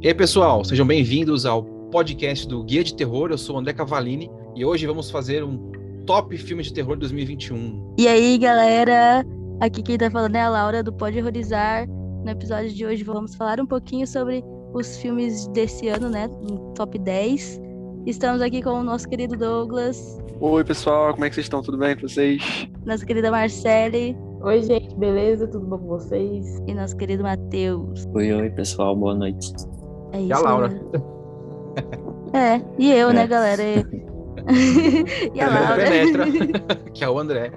E aí, pessoal, sejam bem-vindos ao podcast do Guia de Terror. Eu sou o André Cavalini e hoje vamos fazer um top filme de terror 2021. E aí, galera, aqui quem tá falando é a Laura do Pode Horrorizar. No episódio de hoje vamos falar um pouquinho sobre os filmes desse ano, né, no top 10. Estamos aqui com o nosso querido Douglas. Oi, pessoal, como é que vocês estão? Tudo bem com vocês? Nossa querida Marcele. Oi, gente, beleza? Tudo bom com vocês? E nosso querido Matheus. Oi, pessoal, boa noite. É isso, E a Laura. E eu, né, galera? E a Laura. Penetra, que é o André.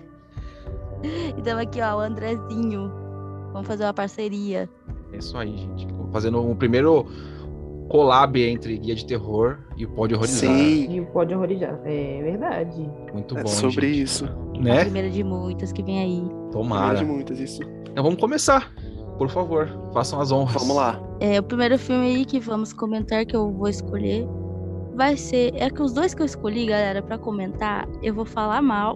Então aqui, ó, o Andrezinho. Vamos fazer uma parceria. É isso aí, gente. Fazendo um primeiro collab entre Guia de Terror e o Pode Horrorizar. Sim, E o Pode Horrorizar. É verdade. Muito é bom, sobre gente. isso. A Né? primeira de muitas que vem aí. Primeira Tomara. de muitas, isso. Então vamos começar. Por favor, façam as honras. Vamos lá. O primeiro filme aí que vamos comentar, que eu vou escolher, vai ser... É que os dois que eu escolhi, galera, pra comentar, eu vou falar mal.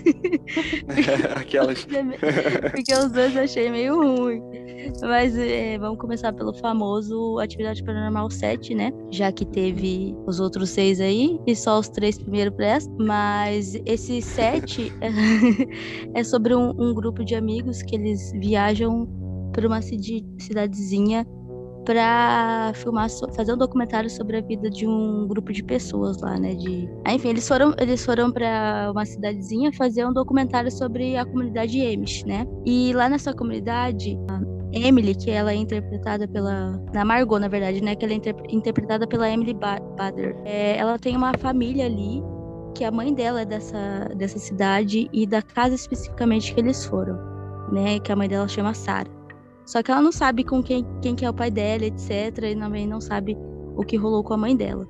Aquelas. Porque os dois eu achei meio ruim. Mas vamos começar pelo famoso Atividade Paranormal 7, né? Já que teve os outros 6 aí, e só os 3 primeiros prestam. Mas esse 7 é sobre um grupo de amigos que eles viajam para uma cidadezinha para filmar, fazer um documentário sobre a vida de um grupo de pessoas lá, né? Enfim, eles foram para uma cidadezinha fazer um documentário sobre a comunidade Amish, né? E lá nessa comunidade, a Emily, que ela é interpretada na Margot, na verdade, né? Que ela é interpretada pela Emily Bader. Ela tem uma família ali, que a mãe dela é dessa cidade e da casa especificamente que eles foram, né? Que a mãe dela chama Sarah. Só que ela não sabe com quem que é o pai dela, etc. E também não sabe o que rolou com a mãe dela.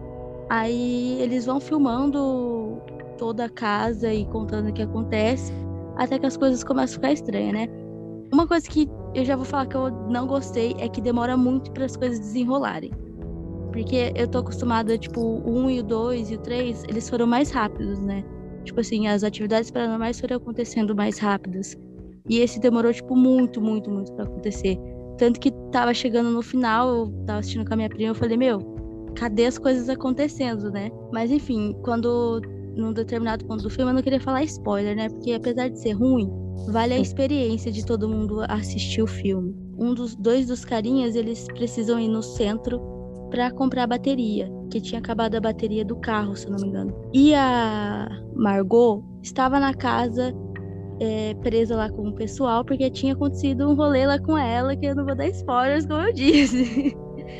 Aí eles vão filmando toda a casa e contando o que acontece, até que as coisas começam a ficar estranhas, né? Uma coisa que eu já vou falar que eu não gostei é que demora muito para as coisas desenrolarem. Porque eu tô acostumada, tipo, o 1 e o 2 e o 3, eles foram mais rápidos, né? Tipo assim, as atividades paranormais foram acontecendo mais rápidas. E esse demorou, tipo, muito, muito, muito pra acontecer. Tanto que tava chegando no final, eu tava assistindo com a minha prima, eu falei, cadê as coisas acontecendo, né? Mas enfim, num determinado ponto do filme, eu não queria falar spoiler, né? Porque apesar de ser ruim, vale a experiência de todo mundo assistir o filme. Dois dos carinhas, eles precisam ir no centro pra comprar bateria, que tinha acabado a bateria do carro, se eu não me engano. E a Margot estava na casa presa lá com o pessoal, porque tinha acontecido um rolê lá com ela, que eu não vou dar spoilers, como eu disse.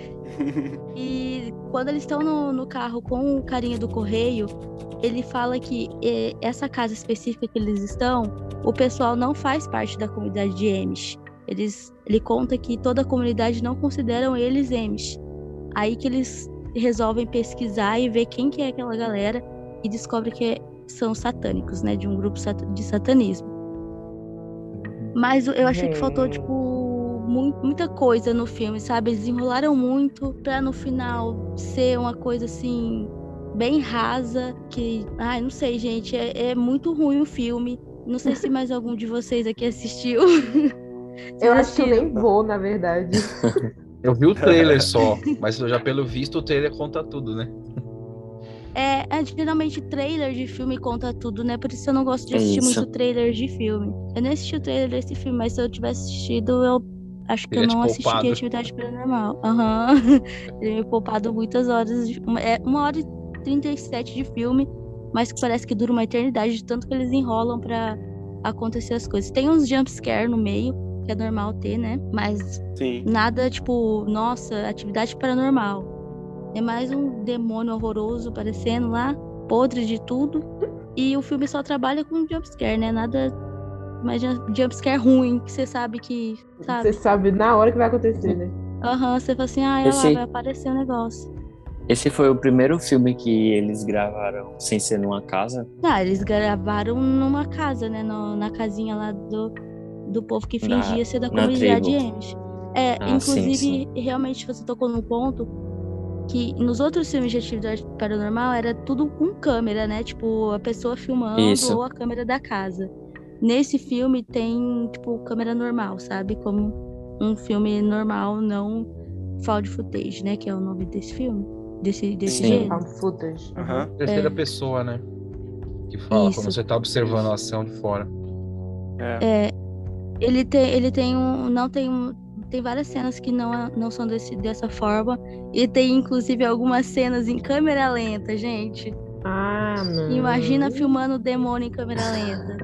E quando eles estão no carro com o carinha do correio, ele fala que essa casa específica que eles estão, o pessoal não faz parte da comunidade de Amish. Ele conta que toda a comunidade não consideram eles Amish. Aí que eles resolvem pesquisar e ver quem que é aquela galera e descobre que são satânicos, né, de um grupo de satanismo. Mas eu achei que faltou, tipo, muita coisa no filme, sabe? Eles enrolaram muito pra no final ser uma coisa, assim, bem rasa, que... Ai, não sei, gente, é muito ruim o filme. Não sei se mais algum de vocês aqui assistiu. Eu acho que eu nem vou, na verdade. Eu vi o trailer só, mas já pelo visto o trailer conta tudo, né? Geralmente trailer de filme conta tudo, né? Por isso eu não gosto de assistir muito trailer de filme. Eu nem assisti o trailer desse filme, mas se eu tivesse assistido, eu acho que eu não assistiria Atividade Paranormal. Teria me poupado muitas horas. 1h37 de filme, mas que parece que dura uma eternidade de tanto que eles enrolam pra acontecer as coisas. Tem uns jumpscare no meio, que é normal ter, né? Mas Sim. nada tipo, nossa, Atividade Paranormal. É mais um demônio horroroso aparecendo lá, podre de tudo. E o filme só trabalha com jumpscare, né? Nada mais jumpscare ruim, que você sabe que... Você sabe na hora que vai acontecer, né? Você fala assim, olha lá, vai aparecer o negócio. Esse foi o primeiro filme que eles gravaram sem ser numa casa? Eles gravaram numa casa, né? Na casinha lá do povo que fingia ser da comunidade Amish. Inclusive, sim. Realmente você tocou num ponto que nos outros filmes de Atividade Paranormal era tudo com câmera, né? Tipo, a pessoa filmando ou a câmera da casa. Nesse filme tem, tipo, câmera normal, sabe? Como um filme normal, não found footage, né? Que é o nome desse filme, desse Sim. gênero. Found footage. Aham. Terceira pessoa, né? Que fala Isso. quando você tá observando a ação de fora. Ele tem tem várias cenas que não são dessa forma. E tem, inclusive, algumas cenas em câmera lenta, gente. Ah, não. Imagina filmando o demônio em câmera lenta.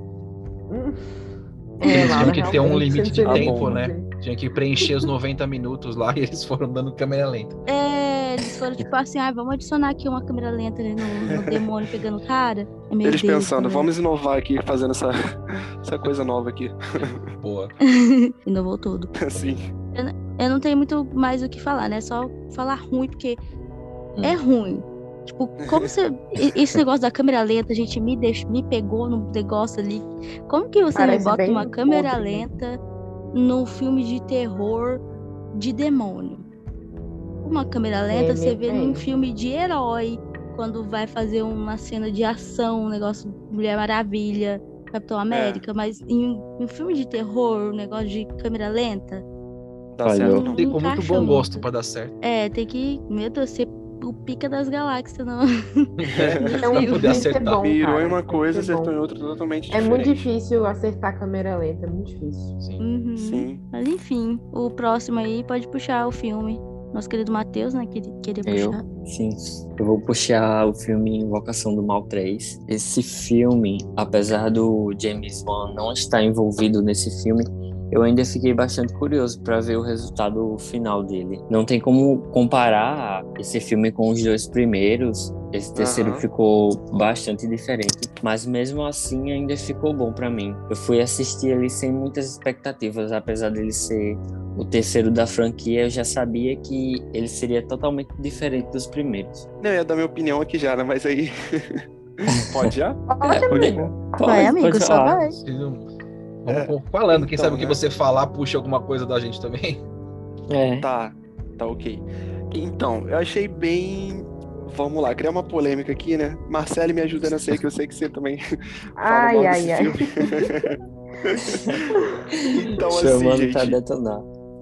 Eles tinham Laura, que ter um realmente, limite de você não tempo, tem né? como Tinha que preencher os 90 minutos lá e eles foram dando câmera lenta. Eles foram tipo assim, vamos adicionar aqui uma câmera lenta ali no demônio pegando o cara. Meu Eles Deus, pensando, galera. vamos inovar aqui, fazendo essa coisa nova aqui. Boa. Inovou tudo. Assim. Eu não tenho muito mais o que falar, né? Só falar ruim, porque é ruim. Tipo, como você. Esse negócio da câmera lenta, gente, me pegou no negócio ali. Como que você Parece bota bem uma câmera podre, né? lenta num filme de terror de demônio? Uma câmera lenta você vê num filme de herói, quando vai fazer uma cena de ação, um negócio Mulher Maravilha, Capitão América, mas em um filme de terror, um negócio de câmera lenta, Dá Falhou. certo. Tem Não. que ter com muito encaixa bom gosto muito. pra dar certo. Tem que, meu Deus, ser o pica das galáxias, não. Então, Pra poder tem que ser acertar. bom, Mirou cara. em uma Tem que coisa, ser acertou bom. em outra totalmente É diferente. muito difícil acertar a câmera lenta, é muito difícil. Sim. Uhum. Sim. Mas enfim, o próximo aí pode puxar o filme. Nosso querido Matheus, né? Queria puxar. Sim, eu vou puxar o filme Invocação do Mal 3. Esse filme, apesar do James Wan não estar envolvido nesse filme, eu ainda fiquei bastante curioso para ver o resultado final dele. Não tem como comparar esse filme com os dois primeiros. Esse terceiro Aham. ficou bastante diferente, mas mesmo assim ainda ficou bom para mim. Eu fui assistir ele sem muitas expectativas, apesar dele ser o terceiro da franquia, eu já sabia que ele seria totalmente diferente dos primeiros. Não, eu ia dar minha opinião aqui já, né? Mas aí. Pode já? Pode, amigo. Vai, amigo, só falar. vai. Vamos falando, quem então, sabe o que né? você falar puxa alguma coisa da gente também. Tá ok. Então, eu achei bem. Vamos lá, criar uma polêmica aqui, né? Marcelo, me ajuda nessa aí, que eu sei que você também fala Ai, mal ai, desse ai. filme. Então, assim, Chamando pra gente. detonar.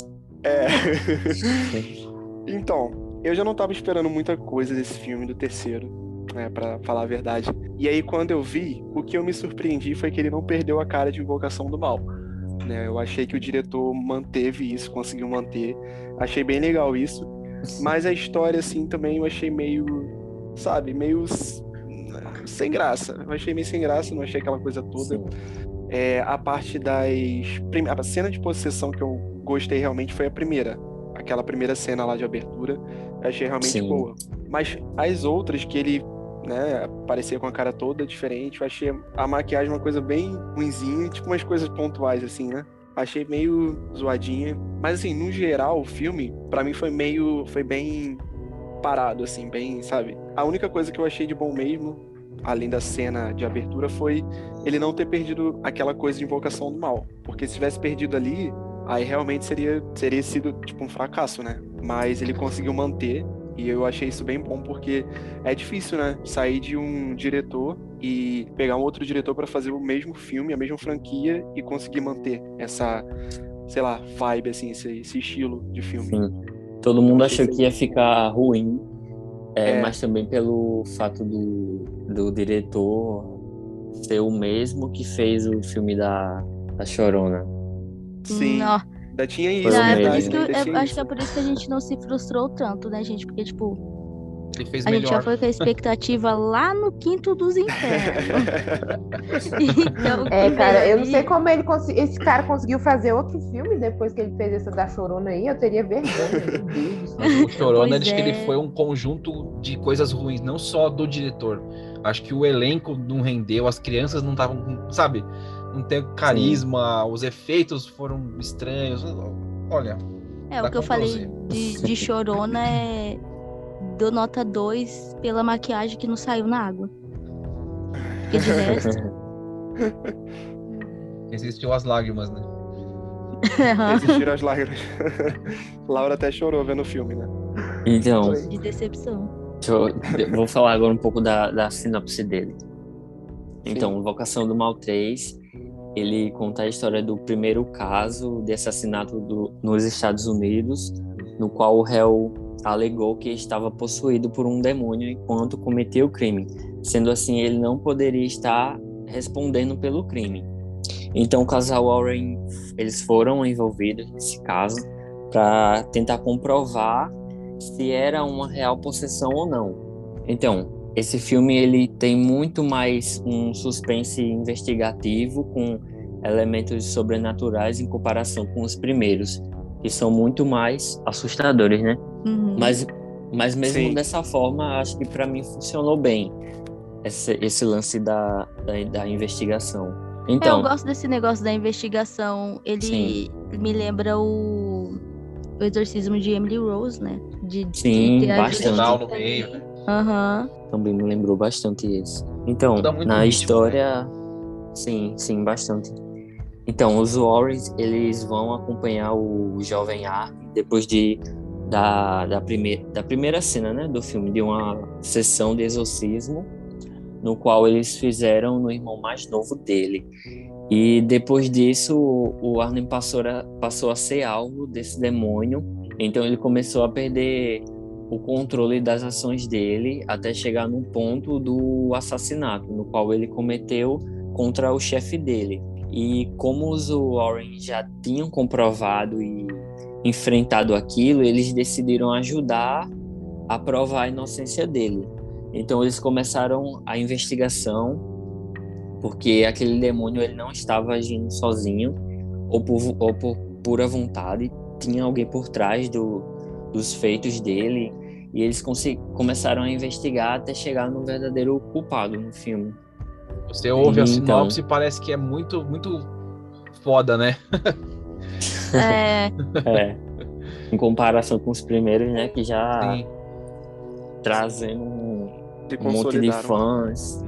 Então, eu já não tava esperando muita coisa desse filme, do terceiro, né, pra falar a verdade. E aí, quando eu vi, o que eu me surpreendi foi que ele não perdeu a cara de Invocação do Mal. Né? Eu achei que o diretor manteve isso, conseguiu manter. Achei bem legal isso. Mas a história, assim, também eu achei meio, sabe, meio sem graça. Eu achei meio sem graça, não achei aquela coisa toda. Sim. A parte a cena de possessão que eu gostei realmente foi a primeira. Aquela primeira cena lá de abertura, eu achei realmente Sim. boa. Mas as outras que ele, né, aparecia com a cara toda diferente, eu achei a maquiagem uma coisa bem ruinzinha, tipo umas coisas pontuais assim, né? Achei meio zoadinha. Mas assim, no geral, o filme, pra mim foi bem parado, assim, bem, sabe? A única coisa que eu achei de bom mesmo, além da cena de abertura, foi ele não ter perdido aquela coisa de Invocação do Mal. Porque se tivesse perdido ali, aí realmente teria sido tipo um fracasso, né? Mas ele conseguiu manter, e eu achei isso bem bom, porque é difícil, né? Sair de um diretor e pegar um outro diretor pra fazer o mesmo filme, a mesma franquia, e conseguir manter essa, sei lá, vibe, assim, esse estilo de filme. Sim. Todo mundo achei achou isso que ia ficar ruim, É. mas também pelo fato do diretor ser o mesmo que fez o filme da Chorona. Sim, Não. ainda tinha Foi isso, o Não, é por mesmo. isso que ainda tinha acho isso. que é por isso que a gente não se frustrou tanto, né, gente? Porque, tipo, Ele fez a gente já melhor. foi com a expectativa lá no quinto dos infernos. Então, o que Cara, veio eu não sei ali- como esse cara conseguiu fazer outro filme depois que ele fez essa da Chorona aí. Eu teria vergonha, meu Deus do Mas céu. o Chorona Pois diz que ele é. foi um conjunto de coisas ruins, não só do diretor. Acho que o elenco não rendeu, as crianças não estavam, sabe? Não tem carisma, os efeitos foram estranhos. Olha, o dá que eu Ctrl falei Z. de Chorona deu nota 2 pela maquiagem que não saiu na água. Porque de resto. Existiu as lágrimas, né? Existiram as lágrimas. Laura até chorou vendo o filme, né? Então, De decepção. vou falar agora um pouco da sinopse dele. Então, Invocação do Mal 3, ele conta a história do primeiro caso de assassinato nos Estados Unidos, no qual o réu alegou que estava possuído por um demônio enquanto cometia o crime. Sendo assim, ele não poderia estar respondendo pelo crime. Então, o casal Warren, eles foram envolvidos nesse caso para tentar comprovar se era uma real possessão ou não. Então, esse filme ele tem muito mais um suspense investigativo com elementos sobrenaturais em comparação com os primeiros, que são muito mais assustadores, né? Uhum. Mas mesmo Sim. dessa forma, acho que para mim funcionou bem esse lance da investigação. Eu Então, gosto desse negócio da investigação. Ele Sim. me lembra o Exorcismo de Emily Rose, né? De Sim, ter a bastante. Tribunal no justiça meio, ali. né? Aham. Também me lembrou bastante esse. Então, Muda muito na o ritmo, história, sim, bastante. Então, os Warrens, eles vão acompanhar o jovem Armin depois da primeira cena, né, do filme, de uma sessão de exorcismo, no qual eles fizeram no irmão mais novo dele. E depois disso, o Armin passou a ser alvo desse demônio, então ele começou a perder o controle das ações dele até chegar no ponto do assassinato, no qual ele cometeu contra o chefe dele. E como os Warren já tinham comprovado e enfrentado aquilo, eles decidiram ajudar a provar a inocência dele. Então eles começaram a investigação, porque aquele demônio ele não estava agindo sozinho ou por pura vontade, tinha alguém por trás dos feitos dele, e eles começaram a investigar até chegar no verdadeiro culpado no filme. Você ouve a Então. sinopse e parece que é muito, muito foda, né? É, Em comparação com os primeiros, né, que já Sim. trazendo Se um monte de consolidaram. fãs,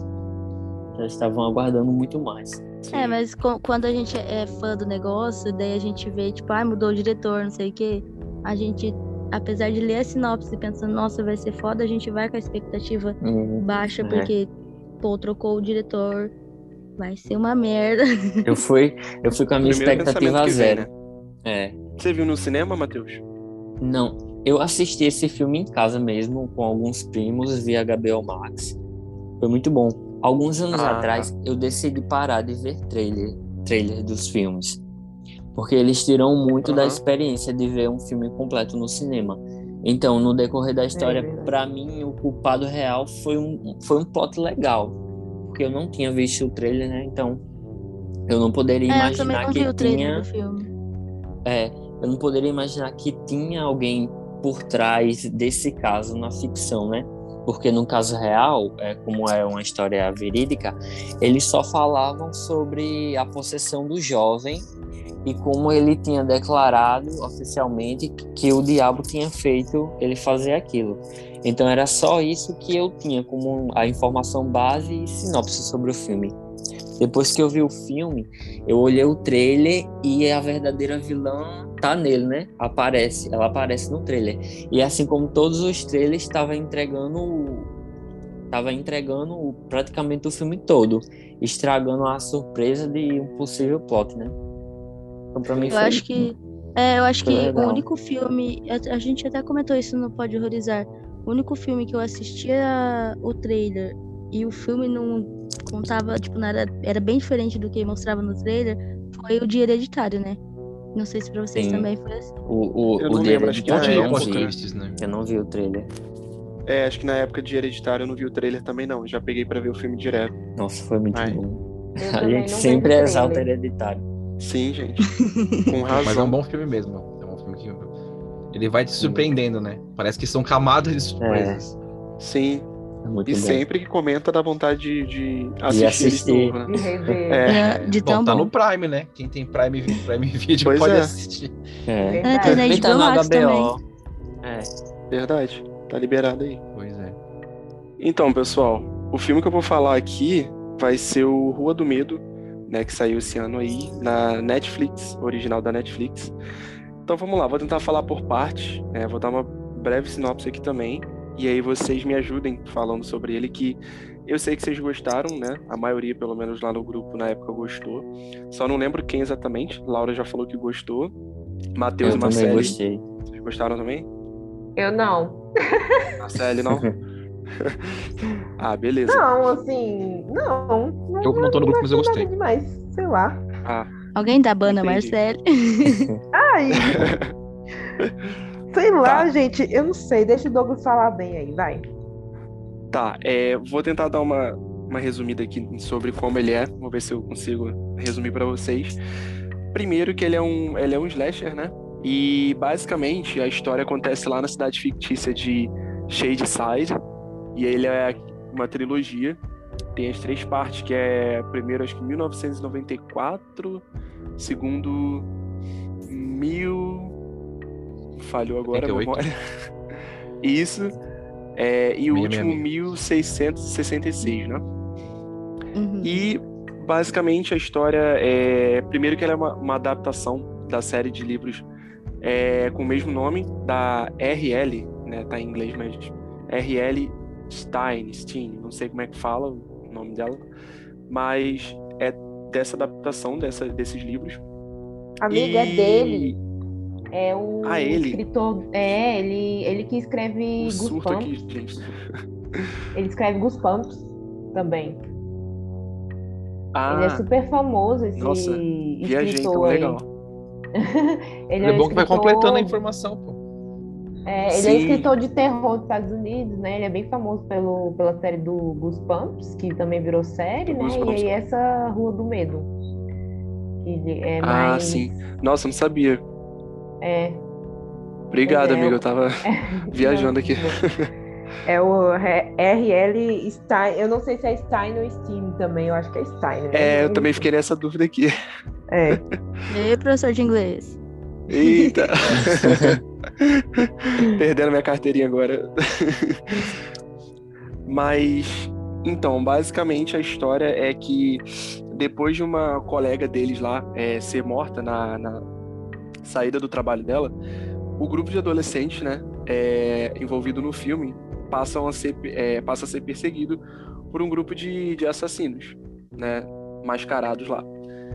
já estavam aguardando muito mais. Sim. mas quando a gente é fã do negócio, daí a gente vê, tipo, mudou o diretor, não sei o quê. A gente, apesar de ler a sinopse pensando, nossa, vai ser foda, a gente vai com a expectativa baixa, porque, pô, trocou o diretor, vai ser uma merda. Eu fui com a minha Primeiro pensamento expectativa que vem, zero. né? Você viu no cinema, Matheus? Não, eu assisti esse filme em casa mesmo, com alguns primos, via HBO Max. Foi muito bom. Alguns anos atrás, eu decidi parar de ver trailer dos filmes, porque eles tiram muito da experiência de ver um filme completo no cinema. Então, no decorrer da história, pra mim, o culpado real foi um plot legal, porque eu não tinha visto o trailer, né? Então, eu não poderia Eu também imaginar não vi que o trailer tinha... do filme. Eu não poderia imaginar que tinha alguém por trás desse caso na ficção, né? Porque no caso real, como é uma história verídica, eles só falavam sobre a possessão do jovem e como ele tinha declarado oficialmente que o diabo tinha feito ele fazer aquilo. Então era só isso que eu tinha como a informação base e sinopse sobre o filme. Depois que eu vi o filme, eu olhei o trailer e a verdadeira vilã tá nele, né? Ela aparece no trailer. E assim como todos os trailers, estava entregando praticamente o filme todo, estragando a surpresa de um possível plot, né? Então pra mim Eu acho que o legal. único filme, a gente até comentou isso no Pode Horrorizar, o único filme que eu assistia o trailer e o filme não contava, tipo, nada, era bem diferente do que mostrava no trailer, foi o de Hereditário, né? Não sei se pra vocês Sim. também foi assim. Eu O não de lembro, acho que Hereditário na eu Continua não com os época... vi. twists, né? Eu não vi o trailer. Acho que na época de Hereditário eu não vi o trailer também, não. Já peguei pra ver o filme direto. Nossa, foi muito Ai. bom. Eu A também gente não sempre vejo exalta trailer. Hereditário. Sim, gente. Com razão. Mas é um bom filme mesmo. É um filme que ele vai te surpreendendo, né? Parece que são camadas de surpresas. Sim. É muito E bom. sempre que comenta dá vontade de assistir ele de assistir. novo, né? De rever. De Bom, tão tá bom. no Prime, né? Quem tem Prime Video Pois pode é. assistir. É. Tem na Verdade. HBO Max também. Verdade. Tá liberado aí. Pois é. Então, pessoal, o filme que eu vou falar aqui vai ser o Rua do Medo, né, que saiu esse ano aí na Netflix, original da Netflix. Então vamos lá, vou tentar falar por partes, vou dar uma breve sinopse aqui também, e aí vocês me ajudem falando sobre ele, que eu sei que vocês gostaram, né? A maioria, pelo menos lá no grupo na época, gostou. Só não lembro quem exatamente. Laura já falou que gostou. Matheus Eu e também Marcele. gostei. Vocês Gostaram também? Eu não. Marcele, não? Ah, beleza. Não, assim, não Eu não tô no grupo, mas eu achei nada gostei. demais, sei lá. Ah, Alguém da banda entendi. Marcele? Ai, sei lá, Tá. gente, eu não sei, deixa o Douglas falar bem aí, vai. Tá, vou tentar dar uma resumida aqui sobre como ele é. Vou ver se eu consigo resumir pra vocês. Primeiro que ele é um slasher, né? E basicamente a história acontece lá na cidade fictícia de Shadyside. E ele é uma trilogia. Tem as 3 partes, que é primeiro acho que 1994, segundo falhou agora a 88. memória. Isso. E o último 1666, né? Uhum. E basicamente a história primeiro que ela é uma adaptação da série de livros com o mesmo nome da R.L., né? Tá em inglês, mas R.L. Stein, não sei como é que fala o nome dela, mas é dessa adaptação desses livros. Amiga, é dele. É o Ele? escritor. Ele que escreve Um surto aqui, Goosebumps. gente. Ele escreve Goosebumps também. Ele é Ah, super famoso, esse nossa, viajei então, escritor aí. legal. Ele É é um bom que vai completando a escritor. informação, pô. Ele é Sim, escritor de terror dos Estados Unidos, né? Ele é bem famoso pela série do Goosebumps, que também virou série, do né? E Goosebumps. aí essa Rua do Medo, que é Ah, mais. sim. Nossa, eu não sabia. É, pois Obrigado, é. amigo. Eu tava viajando aqui. É o R.L. Stein. Eu não sei se é Stein ou Stein também. Eu acho que é Stein, né? Eu Mas, também enfim. fiquei nessa dúvida aqui. É. E aí, professor de inglês? Eita! Perdendo minha carteirinha agora. Mas, então, basicamente a história é que depois de uma colega deles lá ser morta na saída do trabalho dela, o grupo de adolescentes, né, envolvido no filme, passa a ser perseguido por um grupo de assassinos, né, mascarados lá.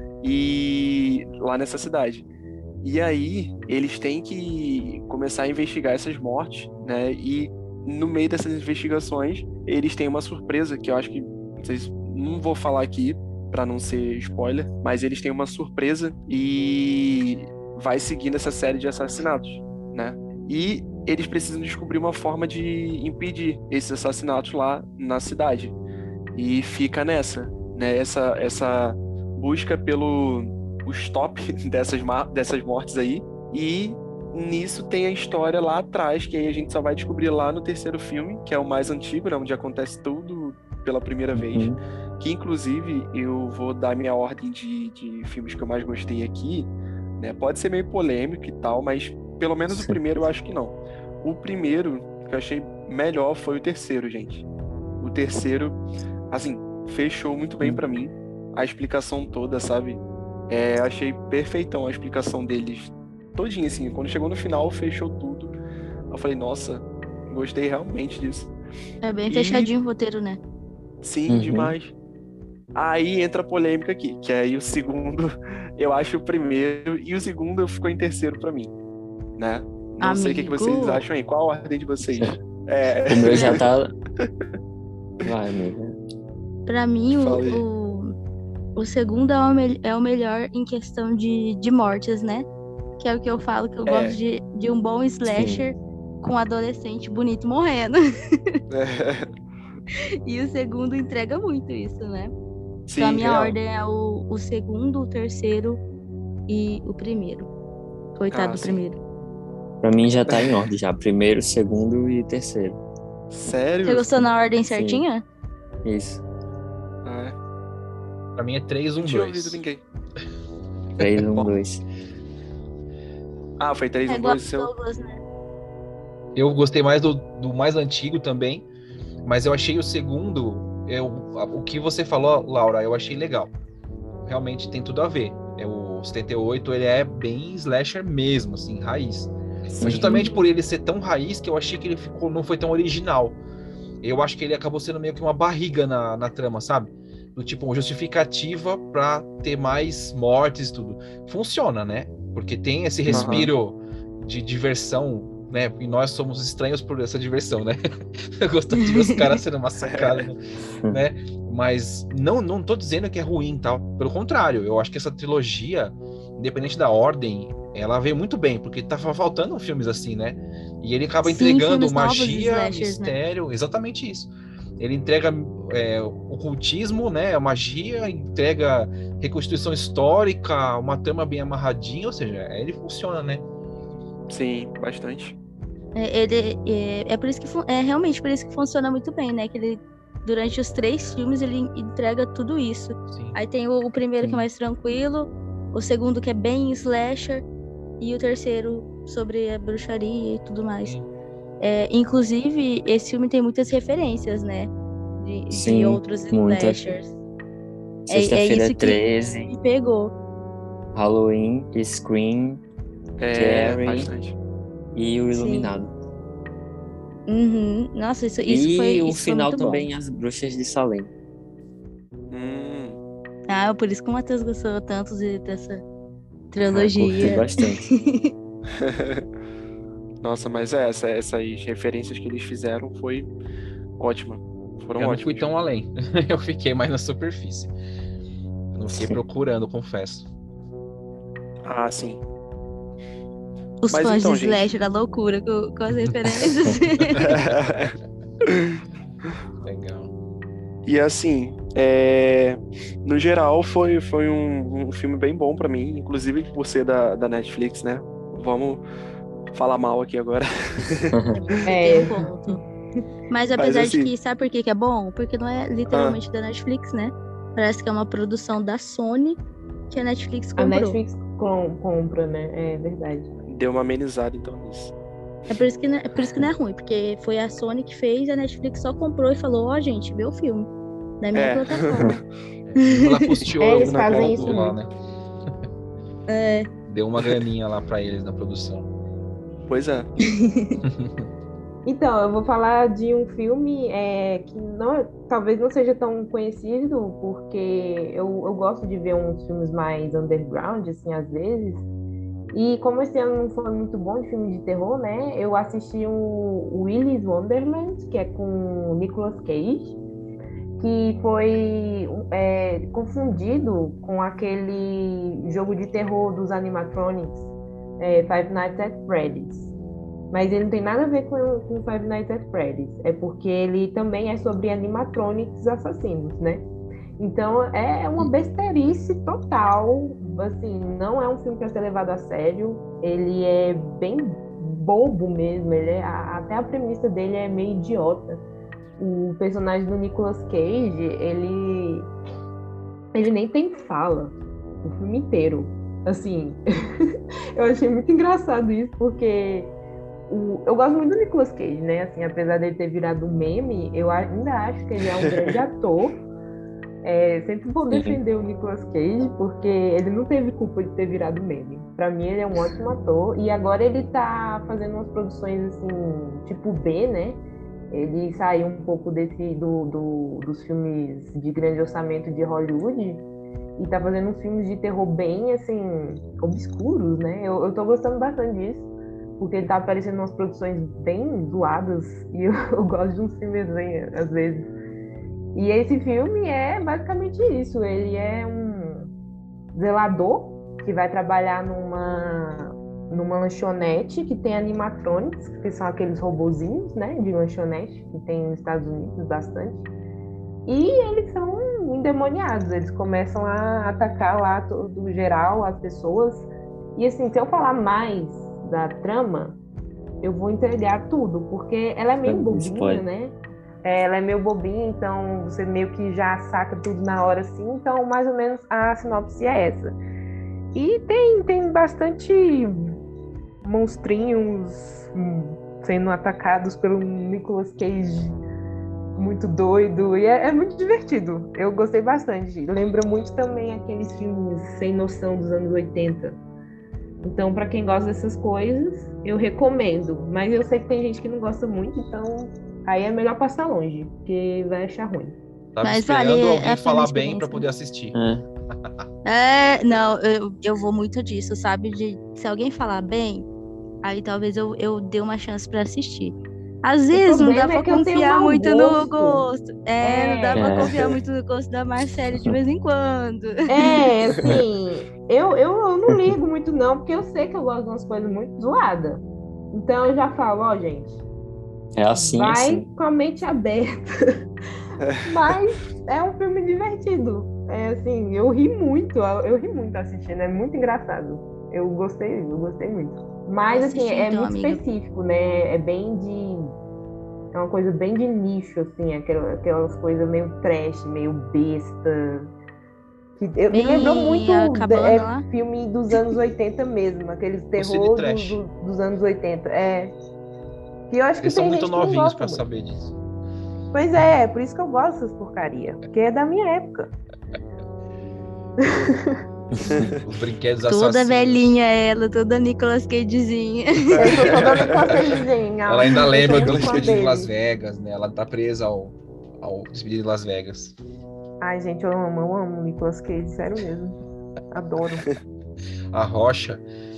E lá nessa cidade. E aí, eles têm que começar a investigar essas mortes, né? E no meio dessas investigações, eles têm uma surpresa que eu acho que não vou falar aqui para não ser spoiler, mas eles têm uma surpresa e vai seguindo essa série de assassinatos, né? E eles precisam descobrir uma forma de impedir esses assassinatos lá na cidade. E fica nessa, né? Essa busca pelo stop dessas mortes aí. E nisso tem a história lá atrás, que aí a gente só vai descobrir lá no terceiro filme, que é o mais antigo, né? Onde acontece tudo pela primeira vez. Que inclusive eu vou dar minha ordem de filmes que eu mais gostei aqui, né? Pode ser meio polêmico e tal, mas pelo menos o primeiro eu acho que não. O primeiro que eu achei melhor foi o terceiro, gente. O terceiro, assim, fechou muito bem pra mim a explicação toda, sabe? Achei perfeitão a explicação deles todinha, assim. Quando chegou no final, fechou tudo. Eu falei, nossa, gostei realmente disso. É bem fechadinho o roteiro, né? Sim, demais. Aí entra a polêmica aqui, que aí o segundo eu acho o primeiro e o segundo ficou em terceiro pra mim, né? Não sei o que vocês acham aí. Qual a ordem de vocês? O meu já tá... Vai, amiga. Pra mim, Fala aí. o segundo é o melhor em questão de mortes, né? Que é o que eu falo, que eu gosto de um bom slasher com um adolescente bonito morrendo. E o segundo entrega muito isso, né? Sim, então a minha real. ordem é o segundo, o terceiro e o primeiro. Coitado do sim. primeiro. Pra mim já tá em ordem, já. Primeiro, segundo e terceiro. Sério? Você gostou na ordem certinha? Isso. Pra mim é 3, 1, Não tinha 2. ouvido ninguém. 3, 1, 2. Ah, foi 3, 1, igual 2 o seu? Douglas, né? Eu gostei mais do mais antigo também, mas eu achei o segundo, o que você falou, Laura, eu achei legal. Realmente tem tudo a ver. O 78, ele é bem slasher mesmo, assim, raiz. Mas justamente por ele ser tão raiz que eu achei que ele não foi tão original. Eu acho que ele acabou sendo meio que uma barriga na trama, sabe? Do tipo, uma justificativa pra ter mais mortes e tudo. Funciona, né? Porque tem esse respiro de diversão, né? E nós somos estranhos por essa diversão, né? Gostamos de ver os caras sendo massacrados, né? Mas não tô dizendo que é ruim, tal. Pelo contrário, eu acho que essa trilogia, independente da ordem, ela veio muito bem, porque tava faltando filmes assim, né? E ele acaba entregando magia, mistério, né? Exatamente isso. Ele entrega ocultismo, né? A magia, entrega reconstituição histórica, uma trama bem amarradinha, ou seja, ele funciona, né? Sim, bastante. É por isso que realmente por isso que funciona muito bem, né? Que ele, durante os 3 filmes ele entrega tudo isso. Sim. Aí tem o primeiro que é mais tranquilo, o segundo que é bem slasher e o terceiro sobre a bruxaria e tudo mais. Inclusive, esse filme tem muitas referências, né? De outros slashers. Sexta-feira 13. Que me pegou. Halloween, Scream, Carrie bastante. E o Iluminado. Uhum. Nossa, isso e foi. O isso final foi muito também, bom. As Bruxas de Salem. Por isso que o Matheus gostou tanto dessa trilogia. Curti bastante. Nossa, mas essas referências que eles fizeram foi ótima. Foram ótimas. Eu não fui tão além. Eu fiquei mais na superfície. Eu não fiquei procurando, confesso. Ah, sim. Os fãs de Slash da loucura com as referências. Legal. E assim, no geral foi um filme bem bom pra mim, inclusive por ser da Netflix, né? Vamos falar mal aqui agora. Tem um ponto. Mas apesar assim, de que, sabe por que é bom? Porque não é literalmente da Netflix, né? Parece que é uma produção da Sony que a Netflix comprou. A Netflix compra, né? É verdade. Deu uma amenizada então nisso. É por isso que não é ruim, porque foi a Sony que fez, a Netflix só comprou e falou, gente, vê o filme da minha plataforma. Ela custeou eles fazem isso lá, né? Deu uma graninha lá pra eles na produção. Pois é. Então, eu vou falar de um filme que talvez não seja tão conhecido, porque eu gosto de ver uns filmes mais underground, assim, às vezes. E como esse ano não foi muito bom de filme de terror, né? Eu assisti o Willy's Wonderland, que é com Nicolas Cage, que foi confundido com aquele jogo de terror dos animatronics, Five Nights at Freddy's. Mas ele não tem nada a ver com Five Nights at Freddy's. É porque ele também é sobre animatronics assassinos, né? Então é uma besteirice total. Assim, não é um filme para ser levado a sério. Ele é bem bobo mesmo. Até a premissa dele é meio idiota. O personagem do Nicolas Cage, ele nem tem fala o filme inteiro. Assim, eu achei muito engraçado isso, porque eu gosto muito do Nicolas Cage, né? Assim, apesar dele ter virado um meme, eu ainda acho que ele é um grande ator. Sempre vou defender o Nicolas Cage, porque ele não teve culpa de ter virado meme. Pra mim, ele é um ótimo ator. E agora ele tá fazendo umas produções, assim, tipo B, né? Ele saiu um pouco dos filmes de grande orçamento de Hollywood e tá fazendo uns filmes de terror bem, assim, obscuros, né? Eu tô gostando bastante disso, porque ele tá aparecendo em umas produções bem zoadas e eu gosto de uns filmes assim, às vezes. E esse filme é basicamente isso. Ele é um zelador que vai trabalhar numa lanchonete que tem animatronics, que são aqueles robozinhos, né, de lanchonete, que tem nos Estados Unidos bastante. E eles são endemoniados, eles começam a atacar lá todo geral, as pessoas. E assim, se eu falar mais da trama, eu vou entregar tudo, porque ela é meio bobinha, né? Ela é meio bobinha, então você meio que já saca tudo na hora, assim. Então, mais ou menos, a sinopse é essa. E tem bastante monstrinhos sendo atacados pelo Nicolas Cage, muito doido, e é muito divertido. Eu gostei bastante. Lembra muito também aqueles filmes sem noção dos anos 80. Então, para quem gosta dessas coisas, eu recomendo. Mas eu sei que tem gente que não gosta muito, então aí é melhor passar longe, porque vai achar ruim. Tava Mas esperando vale alguém falar bem para poder assistir. Não, eu vou muito disso, sabe? Se alguém falar bem, Aí talvez eu dê uma chance pra assistir. Às vezes não dá problema é pra que eu tenho confiar mau muito no gosto. gosto. Não dá pra É. confiar muito no gosto da Marcele de vez em quando. Assim, eu não ligo muito não, porque eu sei que eu gosto de umas coisas muito zoadas. Então eu já falo, ó, gente, É assim, vai assim. com a mente aberta. Mas é um filme divertido. Assim, eu ri muito assistindo, é muito engraçado. Eu gostei muito. Mas Vou assim, assistir é então, muito amiga. específico, né? É uma coisa bem de nicho, assim, aquelas coisas meio trash, meio besta. Me lembrou muito Bem a cabana lá. filme dos anos 80 mesmo, aqueles O Cine terror Trash. dos anos 80. Que eu acho que Eles são tem muito gente que não novinhos gosta pra muito. saber disso. Pois é por isso que eu gosto dessas porcaria, porque é da minha época. Os brinquedos Toda assassinos. velhinha ela, toda Nicolas Cagezinha. Eu sou toda Nicolas Cagezinha. Ela ainda Eu lembra sou do muito fã Despedido de Las dele. Vegas, né? Ela tá presa ao Despedido de Las Vegas. Ai, gente, eu amo o Nicolas Cage, sério mesmo. Adoro. A Rocha.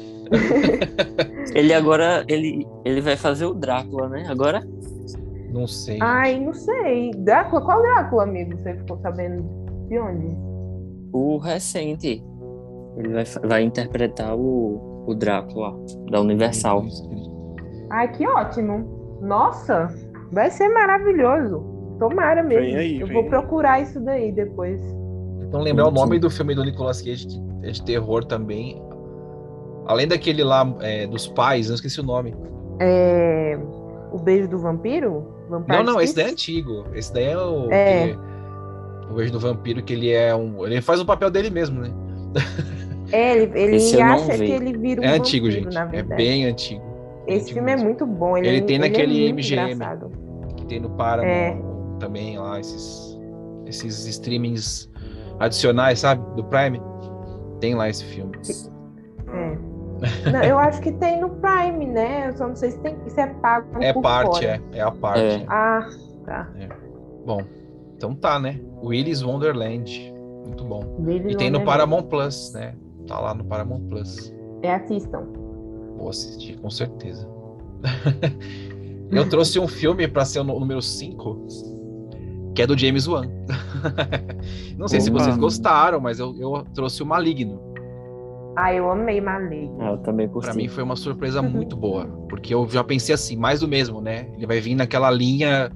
Ele agora, ele vai fazer o Drácula, né? Agora? Não sei. Ai, não sei. Drácula? Qual Drácula, amigo? Você ficou sabendo de onde? O recente. Ele vai interpretar o Drácula da Universal. Ai, que ótimo. Nossa, vai ser maravilhoso. Tomara mesmo. Vem aí, eu vem vou aí. procurar isso daí depois. Então lembrar o nome do filme do Nicolas Cage, que é de terror também. Além daquele lá dos pais, eu esqueci o nome. O Beijo do Vampiro? Não, esse daí é antigo. Esse daí é o Beijo do Vampiro, que ele faz o papel dele mesmo, né? Ele Esse eu não acha vi. que ele vira um É antigo, vampiro, gente. na É verdade. bem antigo. Bem Esse antigo filme é mesmo. muito bom. Ele tem naquele é muito MGM. engraçado. Que tem no Paramount também lá, esses streamings adicionais, sabe? Do Prime. Tem lá esse filme. Não, eu acho que tem no Prime, né? Eu só não sei se é pago É por parte, fora. é a parte. É. Ah, tá. Bom, então tá, né? Willy's Wonderland. Muito bom. Willy's E tem no Wonderland. Paramount Plus, né? Tá lá no Paramount Plus. Assistam. Vou assistir, com certeza. Eu trouxe um filme pra ser o número 5, que é do James Wan. Não sei se Opa. vocês gostaram, mas eu trouxe o Maligno. Eu amei Maligno. Eu também curti. Pra mim foi uma surpresa muito boa, porque eu já pensei assim, mais do mesmo, né? Ele vai vir naquela linha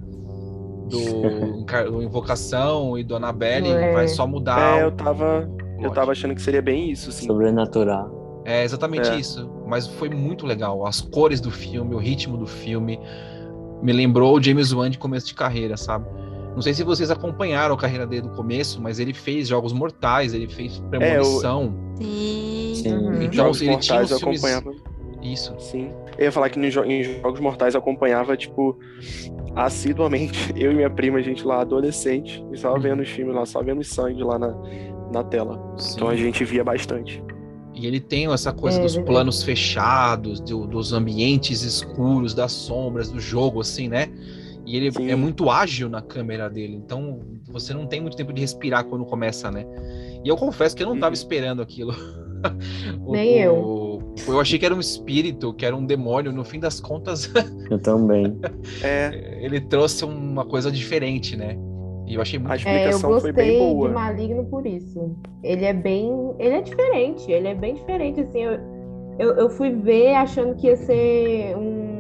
do Invocação e do Annabelle, vai só mudar. Eu tava achando que seria bem isso, sim. Sobrenatural. É exatamente isso, mas foi muito legal. As cores do filme, o ritmo do filme, me lembrou o James Wan de começo de carreira, sabe? Não sei se vocês acompanharam a carreira dele do começo, mas ele fez Jogos Mortais, ele fez Premonição. Sim. Então Jogos ele tinha Mortais os eu filmes... acompanhava. Isso. Sim. Eu ia falar que em Jogos Mortais eu acompanhava, tipo, assiduamente. Eu e minha prima, a gente lá, adolescente, e só vendo os filmes lá, só vendo sangue lá na tela. Sim. Então a gente via bastante. E ele tem essa coisa dos planos fechados, dos ambientes escuros, das sombras, do jogo, assim, né? E ele é muito ágil na câmera dele, então você não tem muito tempo de respirar quando começa, né? E eu confesso que eu não tava esperando aquilo. Nem eu. Eu achei que era um espírito, que era um demônio, no fim das contas... Eu também. Ele trouxe uma coisa diferente, né? E eu achei muito... A explicação foi bem Eu boa. gostei de Maligno por isso. Ele é diferente, ele é bem diferente, assim, eu fui ver achando que ia ser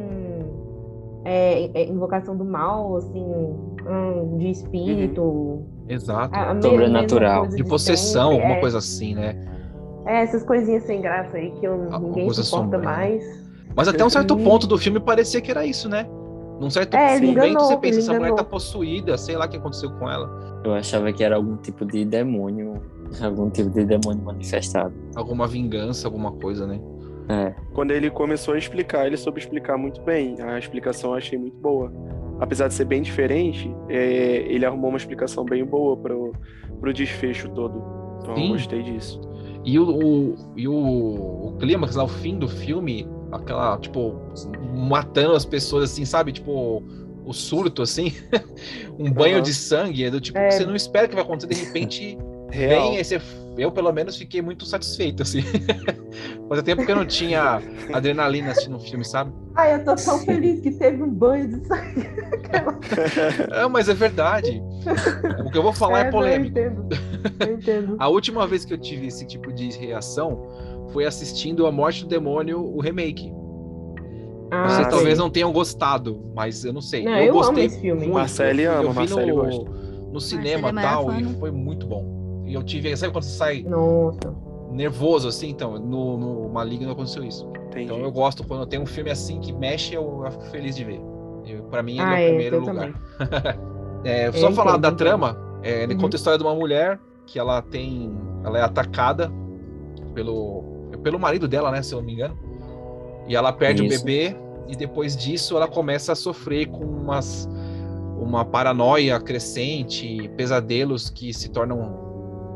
Invocação do Mal, assim, de espírito. Exato. Sobrenatural. De possessão, alguma coisa assim, né? Essas coisinhas sem graça aí que ninguém coisa se importa sombria. mais. Mas até um certo ponto do filme parecia que era isso, né? Num certo ele momento enganou, você pensa, ele essa mulher enganou. tá possuída, sei lá o que aconteceu com ela. Eu achava que era algum tipo de demônio manifestado. Alguma vingança, alguma coisa, né? Quando ele começou a explicar, ele soube explicar muito bem. A explicação eu achei muito boa. Apesar de ser bem diferente, ele arrumou uma explicação bem boa pro desfecho todo. Então eu gostei disso. E o clímax lá, o fim do filme, aquela, tipo, matando as pessoas assim, sabe? Tipo, o surto, assim, um banho de sangue, é do tipo que você não espera que vai acontecer, de repente Real. vem, aí você eu pelo menos fiquei muito satisfeito, assim. Fazia tempo que eu não tinha adrenalina assistindo um filme, sabe? Ai, eu tô tão feliz que teve um banho de sangue. Mas é verdade. O que eu vou falar é polêmico. Eu entendo. A última vez que eu tive esse tipo de reação foi assistindo A Morte do Demônio, o remake. Vocês talvez não tenham gostado, mas eu não sei. Não, eu gostei amo esse filme. muito. Marcele ama, eu vi Marcele gosta. no cinema e tal, e foi muito bom. E eu tive, sabe quando você sai nervoso assim? Então, no Maligno não aconteceu isso. Entendi. Então eu gosto quando tem um filme assim que mexe, eu fico feliz de ver. Pra mim ele é o primeiro lugar. Só falar da trama, ele conta a história de uma mulher que ela é atacada pelo marido dela, né, se eu não me engano. E ela perde o bebê, e depois disso ela começa a sofrer com uma paranoia crescente, pesadelos que se tornam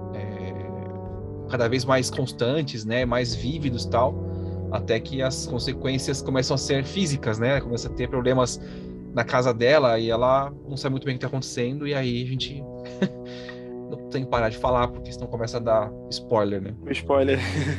cada vez mais constantes, né, mais vívidos e tal, até que as consequências começam a ser físicas, né, começa a ter problemas na casa dela e ela não sabe muito bem o que está acontecendo, e aí a gente não tem que parar de falar, porque senão começa a dar spoiler, né? Spoiler.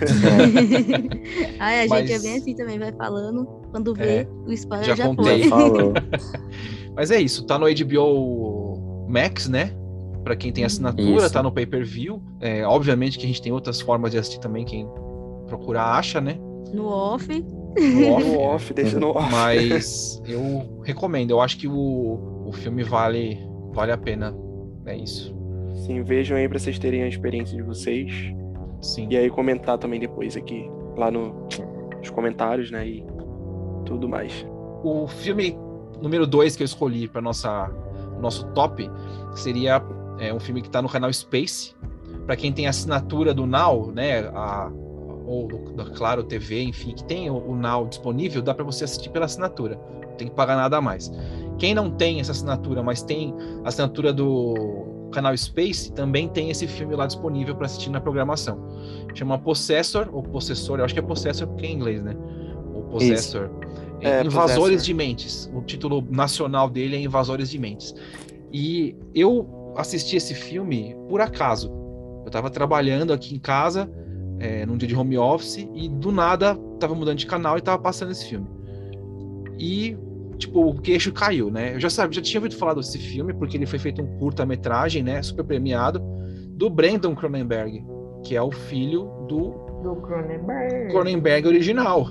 A gente é bem assim também, vai falando, quando vê, o spoiler já contei. Foi. Mas é isso, tá no HBO Max, né? Pra quem tem assinatura, tá no pay-per-view. Obviamente que a gente tem outras formas de assistir também, quem procurar acha, né? No off. Deixa no off. Mas eu recomendo, eu acho que o filme vale a pena, é isso. Sim, vejam aí pra vocês terem a experiência de vocês. Sim. E aí comentar também depois aqui, lá nos comentários, né, e tudo mais. O filme número 2 que eu escolhi para nosso top seria um filme que tá no canal Space. Para quem tem assinatura do Now, né, ou da Claro TV, enfim, que tem o Now disponível, dá para você assistir pela assinatura, não tem que pagar nada a mais. Quem não tem essa assinatura, mas tem a assinatura do canal Space, também tem esse filme lá disponível para assistir na programação. Chama Possessor, ou Possessor, eu acho que é Possessor porque é em inglês, né? Ou Possessor. Invasores Possessor de Mentes. O título nacional dele é Invasores de Mentes. E eu assisti esse filme por acaso. Eu estava trabalhando aqui em casa, num dia de home office, e do nada estava mudando de canal e estava passando esse filme. E tipo, o queixo caiu, né? Eu já tinha ouvido falar desse filme, porque ele foi feito um curta-metragem, né? Super premiado, do Brandon Cronenberg, que é o filho do Cronenberg original.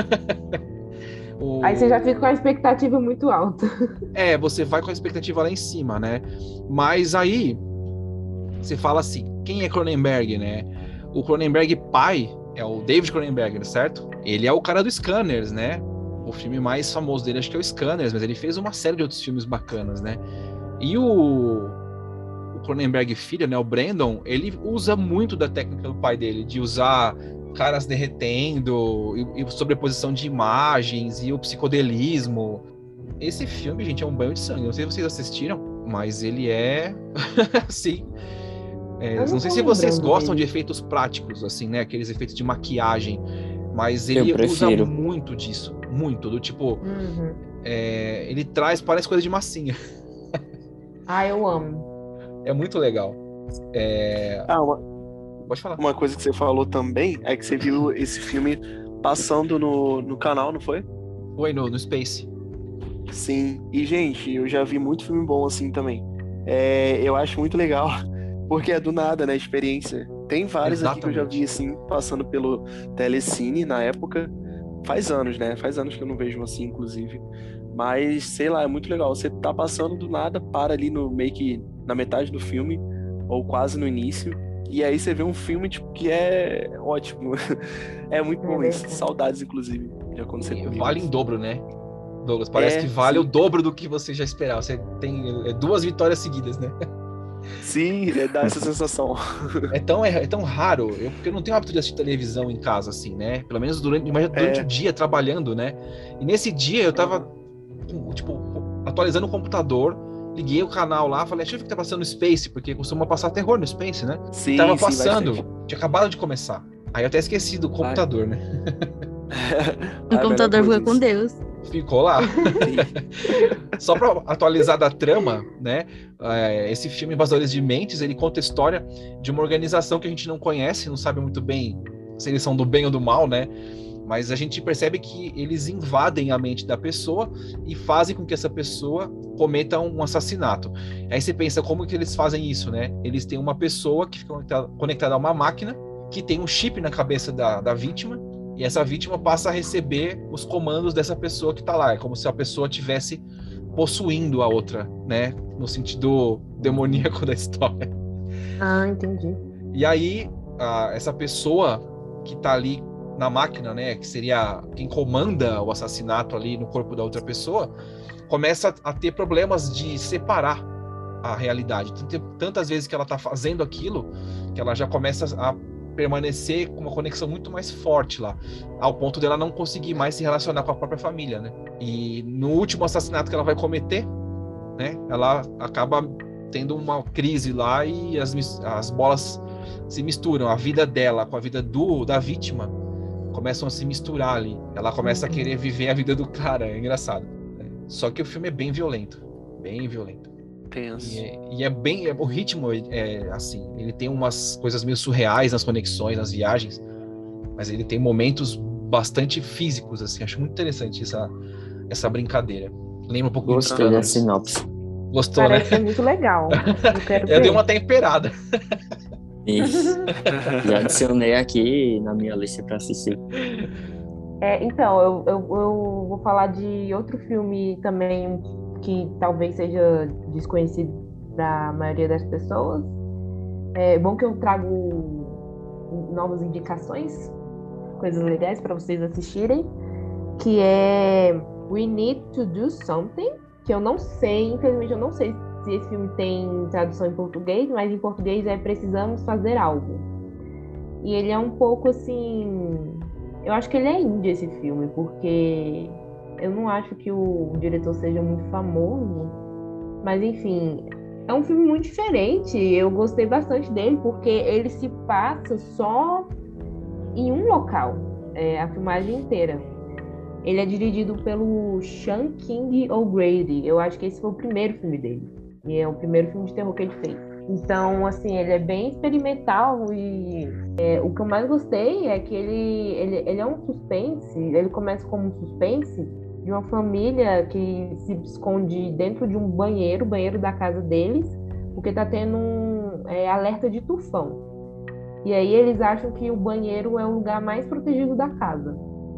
Aí você já fica com a expectativa muito alta. Você vai com a expectativa lá em cima, né? Mas aí, você fala assim, quem é Cronenberg, né? O Cronenberg pai é o David Cronenberg, certo? Ele é o cara do Scanners, né? O filme mais famoso dele acho que é o Scanners, mas ele fez uma série de outros filmes bacanas, né? E o Cronenberg filho, né, o Brandon, ele usa muito da técnica do pai dele, de usar caras derretendo, e sobreposição de imagens, e o psicodelismo. Esse filme, gente, é um banho de sangue. Não sei se vocês assistiram, mas ele é... assim... não sei se vocês gostam de efeitos práticos, assim, né? Aqueles efeitos de maquiagem, mas ele usa muito disso. Muito, do tipo... ele parece coisa de massinha. Eu amo. É muito legal. Pode falar. Uma coisa que você falou também é que você viu esse filme passando no canal, não foi? Foi, no Space. Sim. E, gente, eu já vi muito filme bom assim também. Eu acho muito legal, porque é do nada, né? Experiência. Tem vários aqui que eu já vi, assim, passando pelo Telecine na época. Faz anos, né? Faz anos que eu não vejo assim, inclusive. Mas, sei lá, é muito legal. Você tá passando do nada, para ali meio que na metade do filme, ou quase no início. E aí você vê um filme, tipo, que é ótimo. É muito bom isso. Saudades, inclusive, de acontecer comigo. Vale em dobro, né, Douglas? Parece que vale o dobro do que você já esperava. Você tem 2 vitórias seguidas, né? Sim, dá essa sensação. É tão raro, porque eu não tenho o hábito de assistir televisão em casa, assim, né? Pelo menos durante o dia, trabalhando, né? E nesse dia eu tava, tipo, atualizando o computador, liguei o canal lá, falei, deixa eu ver o que tá passando no Space, porque costuma passar terror no Space, né? Sim, tava passando, tinha acabado de começar. Aí eu até esqueci do computador, né? O computador fica com Deus. Ficou lá. Só para atualizar da trama, né? Esse filme Invasores de Mentes, ele conta a história de uma organização que a gente não conhece, não sabe muito bem se eles são do bem ou do mal, né? Mas a gente percebe que eles invadem a mente da pessoa e fazem com que essa pessoa cometa um assassinato. Aí você pensa, como que eles fazem isso, né? Eles têm uma pessoa que fica conectada a uma máquina que tem um chip na cabeça da vítima, e essa vítima passa a receber os comandos dessa pessoa que está lá. É como se a pessoa estivesse possuindo a outra, né? No sentido demoníaco da história. Ah, entendi. E aí, essa pessoa que está ali na máquina, né? Que seria quem comanda o assassinato ali no corpo da outra pessoa, começa a ter problemas de separar a realidade. Tantas vezes que ela está fazendo aquilo, que ela já começa a permanecer com uma conexão muito mais forte lá, ao ponto dela não conseguir mais se relacionar com a própria família, né? E no último assassinato que ela vai cometer, né? Ela acaba tendo uma crise lá e as bolas se misturam. A vida dela com a vida da vítima começam a se misturar ali. Ela começa a querer viver a vida do cara. É engraçado. Só que o filme é bem violento. Bem violento. E é bem... O ritmo é assim. Ele tem umas coisas meio surreais nas conexões, nas viagens. Mas ele tem momentos bastante físicos, assim. Acho muito interessante essa brincadeira. Lembra um pouco de Gostei da sinopse. Gostou, Parece né? ser muito legal. Eu quero Eu ver. dei uma temperada. Isso. Já adicionei aqui na minha lista para assistir. Então, eu vou falar de outro filme também que talvez seja desconhecido para a maioria das pessoas. É bom que eu trago novas indicações, coisas legais para vocês assistirem, que é We Need to Do Something, que eu não sei, infelizmente eu não sei se esse filme tem tradução em português, mas em português é Precisamos Fazer Algo. E ele é um pouco assim... Eu acho que ele é indie, esse filme, porque eu não acho que o diretor seja muito famoso, mas enfim, é um filme muito diferente. Eu gostei bastante dele, porque ele se passa só em um local, a filmagem inteira. Ele é dirigido pelo Sean King O'Grady. Eu acho que esse foi o primeiro filme dele. E é o primeiro filme de terror que ele fez. Então, assim, ele é bem experimental e o que eu mais gostei é que ele é um suspense. Ele começa como um suspense de uma família que se esconde dentro de um banheiro da casa deles, porque tá tendo um alerta de tufão. E aí eles acham que o banheiro é o lugar mais protegido da casa.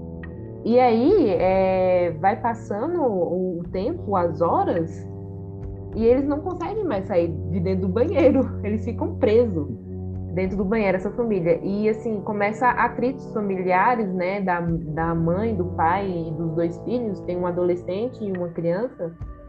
E aí vai passando o tempo, as horas, e eles não conseguem mais sair de dentro do banheiro. Eles ficam presos dentro do banheiro, essa família. E assim, começa atritos familiares, né? Da mãe, do pai e dos dois filhos. Tem um adolescente e uma criança.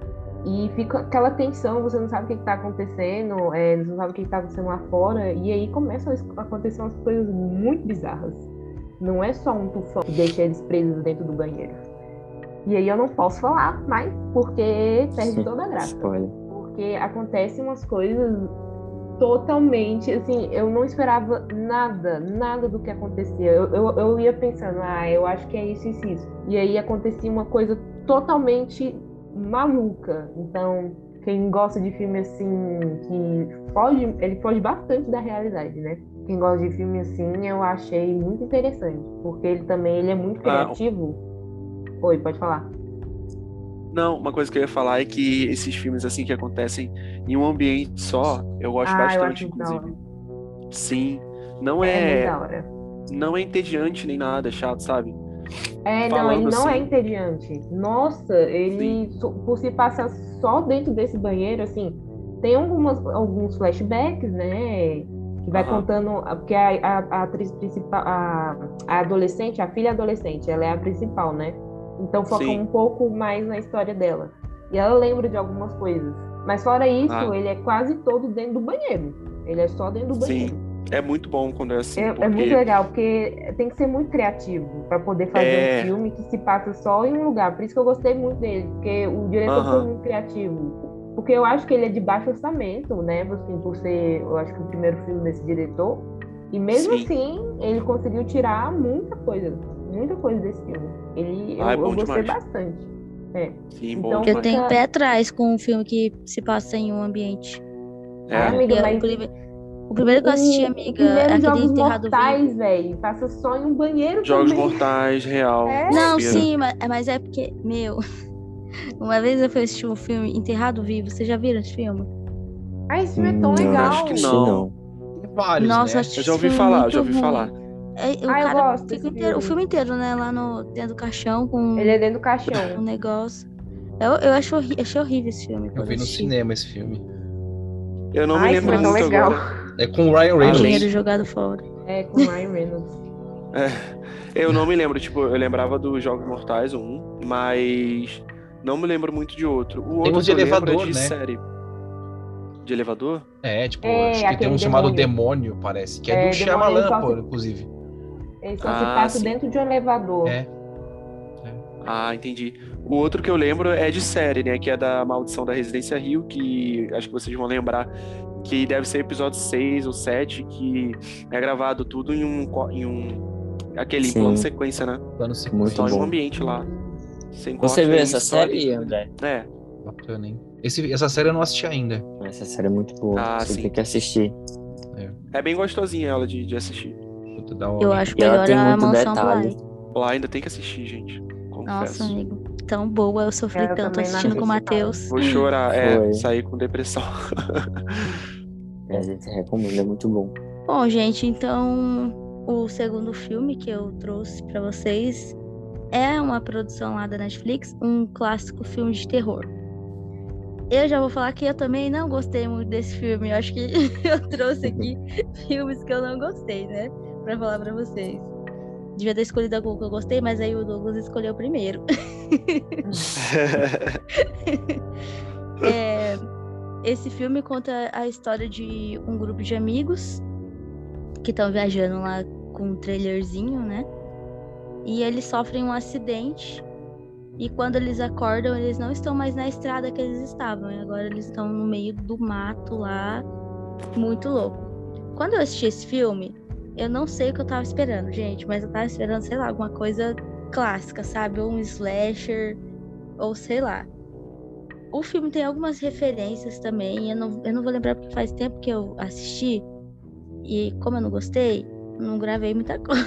E fica aquela tensão, você não sabe o que está acontecendo, você não sabe o que está acontecendo lá fora. E aí começam a acontecer umas coisas muito bizarras. Não é só um tufão que deixa eles presos dentro do banheiro. E aí eu não posso falar mais, porque perde toda a graça. Spoiler. Porque acontecem umas coisas totalmente, assim, eu não esperava nada do que acontecia. Eu ia pensando, eu acho que é isso. E aí acontecia uma coisa totalmente maluca. Então, quem gosta de filme assim, ele foge bastante da realidade, né? Quem gosta de filme assim, eu achei muito interessante, porque ele é muito criativo. Oi, pode falar. Não, uma coisa que eu ia falar é que esses filmes assim que acontecem em um ambiente só, eu gosto bastante, eu acho inclusive. Sim, não muito é da hora. não é entediante nem nada, chato, sabe? Não, ele não é assim, entediante. Nossa, ele por se passar só dentro desse banheiro, assim, tem alguns flashbacks, né? Que vai contando, porque a atriz principal, a adolescente, a filha adolescente, ela é a principal, né? Então foca um pouco mais na história dela. E ela lembra de algumas coisas. Mas fora isso, ele é quase todo dentro do banheiro. Ele é só dentro do banheiro. Sim, é muito bom quando é assim. É muito legal, porque tem que ser muito criativo para poder fazer um filme que se passa só em um lugar. Por isso que eu gostei muito dele, porque o diretor foi muito criativo. Porque eu acho que ele é de baixo orçamento, né? Assim, por ser, eu acho que o primeiro filme desse diretor. E mesmo assim, ele conseguiu tirar muita coisa muita coisa desse filme. Ah, é Eu bom gostei demais. bastante. É. Sim, Então, bom Eu demais. tenho pé atrás com um filme que se passa em um ambiente. Ai, É, amiga, E mas o primeiro que eu assisti, o amiga, é primeiro aquele Jogos Enterrado Mortais, Vivo. velho, passa só em um banheiro Jogos também. Mortais, real. É? Não, Primeiro. sim, mas é porque, meu, uma vez eu fui assistir um filme Enterrado Vivo. Vocês já viram esse filme? Ah, esse filme é tão Não, legal. Acho que assisti não. Tem vários, Nossa, eu né? assisti Eu já esse ouvi filme falar, muito já ouvi ruim. falar. O Ah, eu cara gosto fica desse o filme. filme inteiro, né, lá dentro do caixão com Ele é dentro do um caixão. negócio. Eu achei horrível esse filme Eu quando vi no assisti. cinema esse filme. Eu não me Ai, lembro esse filme é tão muito legal. agora. É com o Ryan O Reynolds. dinheiro jogado fora. É, com Ryan Reynolds. Eu não me lembro, tipo, eu lembrava dos Jogos Mortais, um, mas não me lembro muito de outro. O outro uns que de eu lembro é elevador, de né? série. De elevador? É, tipo, É, acho que tem aquele um chamado demônio. Demônio, parece. Que é do Demônio, Shyamalan, pô, inclusive. Ele só se Ah, passa sim. dentro de um elevador. É. Ah, entendi. O outro que eu lembro é de série, né? Que é da Maldição da Residência Rio, que acho que vocês vão lembrar, que deve ser episódio 6 ou 7, que é gravado tudo em aquele Sim. plano sequência, né? Plano Muito sequência. Só em um bom. ambiente lá. Sem Você corte viu nenhum, essa só ali. série, André? É. Bacana, hein? Essa série eu não assisti ainda. Essa série é muito boa. Ah, Você sim. tem que assistir. É bem gostosinha ela de assistir. Puta da Eu hora. acho E ela melhor tem a muito Mansão detalhe. Bly. Lá ainda tem que assistir, gente. Nossa, Confesso. amigo. Tão boa. Eu sofri Eu tanto também não assistindo com o assisti, não. Matheus. Vou chorar, Foi. sair com depressão. A gente recomenda, é muito bom. Bom, gente, então o segundo filme que eu trouxe pra vocês é uma produção lá da Netflix, um clássico filme de terror. Eu já vou falar que eu também não gostei muito desse filme. Eu acho que eu trouxe aqui filmes que eu não gostei, né? Pra falar pra vocês. Devia ter escolhido algum que eu gostei, mas aí o Douglas escolheu primeiro. Esse filme conta a história de um grupo de amigos que estão viajando lá com um trailerzinho, né? E eles sofrem um acidente. E quando eles acordam, eles não estão mais na estrada que eles estavam. E agora eles estão no meio do mato lá, muito louco. Quando eu assisti esse filme, eu não sei o que eu tava esperando, gente. Mas eu tava esperando, sei lá, alguma coisa clássica, sabe? Ou um slasher, ou sei lá. O filme tem algumas referências também. Eu não vou lembrar porque faz tempo que eu assisti. E como eu não gostei, não gravei muita coisa.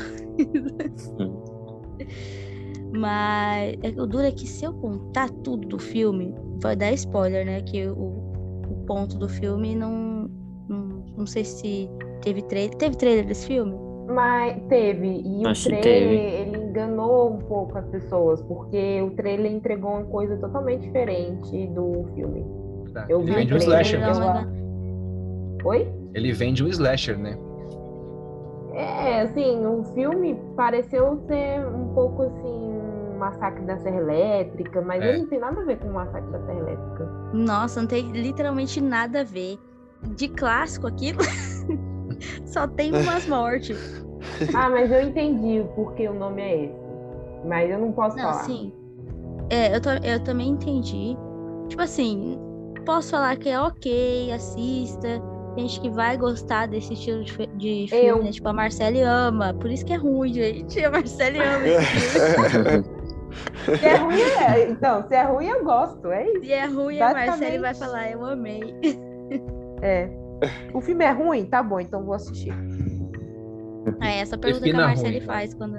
Mas o duro é que se eu contar tudo do filme, vai dar spoiler, né? Que o ponto do filme não sei se teve trailer. Teve trailer desse filme? Mas teve. E Acho o que trailer, ele enganou um pouco as pessoas, porque o trailer entregou uma coisa totalmente diferente do filme. Eu vi Ele o vende um trailer, slasher. Oi? Ele vende um slasher, né? É, assim, o filme pareceu ser um pouco assim, um massacre da Serra Elétrica, mas ele não tem nada a ver com o massacre da Serra Elétrica. Nossa, não tem literalmente nada a ver. De clássico aquilo, só tem umas mortes. Ah, mas eu entendi porque o nome é esse. Mas eu não posso Não, falar. sim. Eu também entendi. Tipo assim, posso falar que é ok, assista. Tem gente que vai gostar desse estilo de filme, né? Tipo, a Marcele ama. Por isso que é ruim, gente. A Marcele ama esse filme. Se é ruim, então, se é ruim, eu gosto. É isso. Se é ruim, a Marcele Basicamente. vai falar, eu amei. É. O filme é ruim? Tá bom, então vou assistir. É essa pergunta que a Defina Marcele ruim, faz quando.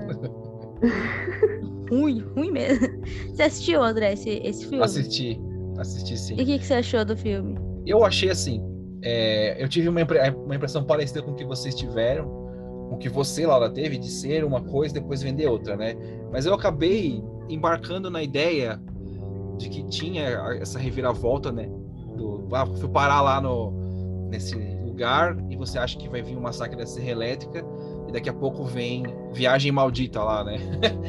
Ruim mesmo. Você assistiu, André, esse filme? Assisti sim. E o que você achou do filme? Eu achei assim, eu tive uma impressão parecida com o que vocês tiveram, com o que você, Laura, teve, de ser uma coisa e depois vender outra, né? Mas eu acabei embarcando na ideia de que tinha essa reviravolta, né? Fui parar lá nesse lugar e você acha que vai vir um massacre da Serra Elétrica e daqui a pouco vem Viagem Maldita lá, né?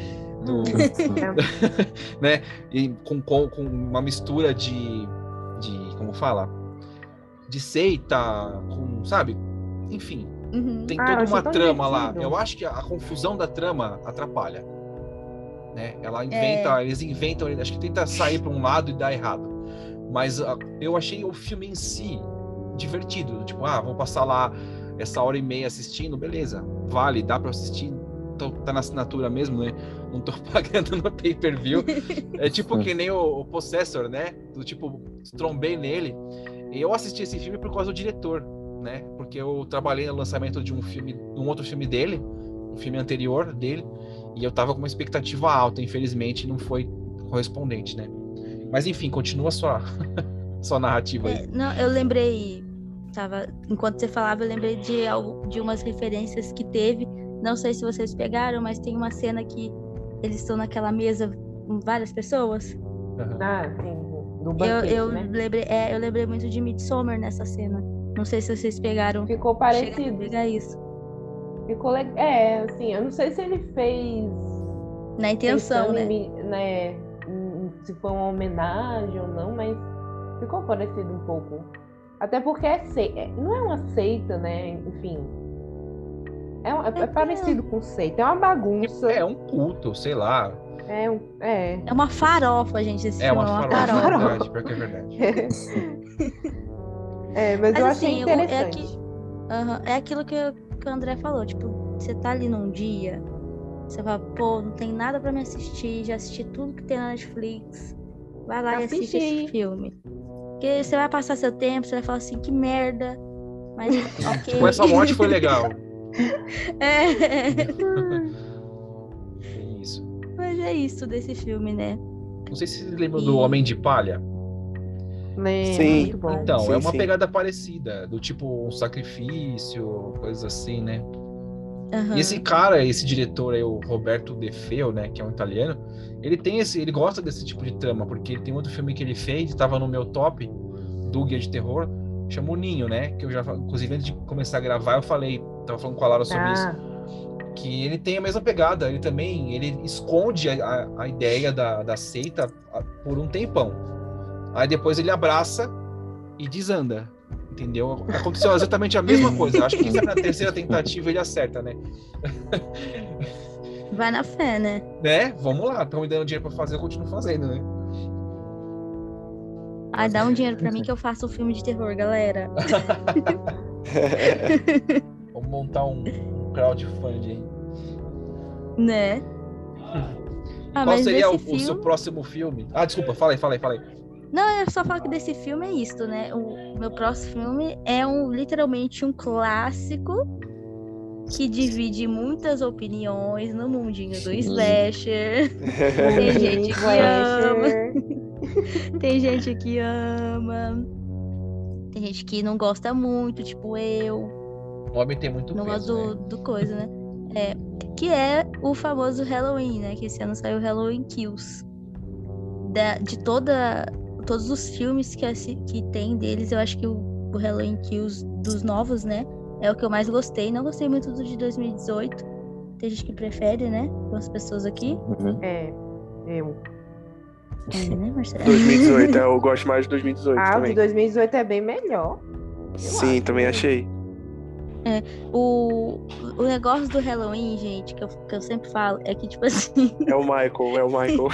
Né? E com uma mistura de como fala? De seita, sabe? Enfim, tem eu toda achei uma tão trama lá. divertido. Eu acho que a confusão da trama atrapalha, né? Eles inventam, acho que tenta sair para um lado e dá errado. Mas eu achei o filme em si divertido, tipo, vamos passar lá essa hora e meia assistindo, beleza, vale, dá para assistir tá na assinatura mesmo, né? Não tô pagando no pay-per-view. É tipo que nem o Possessor, né? Do tipo, trombei nele. E eu assisti esse filme por causa do diretor, né? Porque eu trabalhei no lançamento de um outro filme dele, um filme anterior dele, e eu tava com uma expectativa alta, infelizmente não foi correspondente, né? Mas enfim, continua sua narrativa aí. Não, eu lembrei, enquanto você falava, eu lembrei de umas referências que teve. Não sei se vocês pegaram, mas tem uma cena que eles estão naquela mesa com várias pessoas. Ah, sim, do banquete, né? Eu lembrei muito de Midsommar nessa cena. Não sei se vocês pegaram. Ficou Chegaram a parecido. pegar isso. Ficou legal. Assim, eu não sei se ele fez Na intenção, pensando né? se foi uma homenagem ou não, mas ficou parecido um pouco. Até porque não é uma seita, né? Enfim. É parecido com seita. É uma bagunça. É um culto, sei lá. É uma farofa, gente. Esse É filme uma é farofa, farofa. é verdade, pior que é verdade. Mas eu achei assim, interessante. É aquilo que o André falou. Tipo, você tá ali num dia, você fala, pô, não tem nada pra me assistir, já assisti tudo que tem na Netflix. Vai lá e assiste esse filme. Porque você vai passar seu tempo, você vai falar assim, que merda. Mas, ok. Tipo, essa morte foi legal. É isso. Mas é isso desse filme, né? Não sei se vocês lembram do Homem de Palha. Sim. Muito bom. Então, Sim, é uma sim. pegada parecida, do tipo um sacrifício, coisas assim, né? Uhum. E esse cara, esse diretor aí, o Roberto De Feo, né, que é um italiano, ele gosta desse tipo de trama, porque ele tem outro filme que ele fez, estava no meu top do Guia de Terror, chamou Ninho, né, que eu já, inclusive antes de começar a gravar, eu tava falando com a Lara sobre isso, que ele tem a mesma pegada, ele esconde a ideia da seita por um tempão, aí depois ele abraça e desanda. Entendeu? Aconteceu exatamente a mesma coisa. Eu acho que na terceira tentativa ele acerta, né? Vai na fé, né? Né? Vamos lá. Estão me dando dinheiro pra fazer, eu continuo fazendo, né? Ai, dá um dinheiro pra mim que eu faço um filme de terror, galera. Vamos montar um crowdfunding. Né? Qual seria o seu próximo filme? Ah, desculpa, fala aí. Não, eu só falo que desse filme é isso, né? O meu próximo filme é literalmente um clássico que divide muitas opiniões no mundinho do slasher. Tem gente que ama. Tem gente que ama. Tem gente que não gosta muito, tipo eu. O homem tem muito não peso, gosto do coisa, né? Que é o famoso Halloween, né? Que esse ano saiu Halloween Kills. Todos os filmes que tem deles, eu acho que o Halloween Kills dos novos, né? É o que eu mais gostei. Não gostei muito do de 2018. Tem gente que prefere, né? Algumas pessoas aqui. Eu. Né, Marcelo? 2018, eu gosto mais de 2018 o também. de 2018 é bem melhor. Sim, também achei. O negócio do Halloween, gente, que eu sempre falo, é que, tipo assim... É o Michael.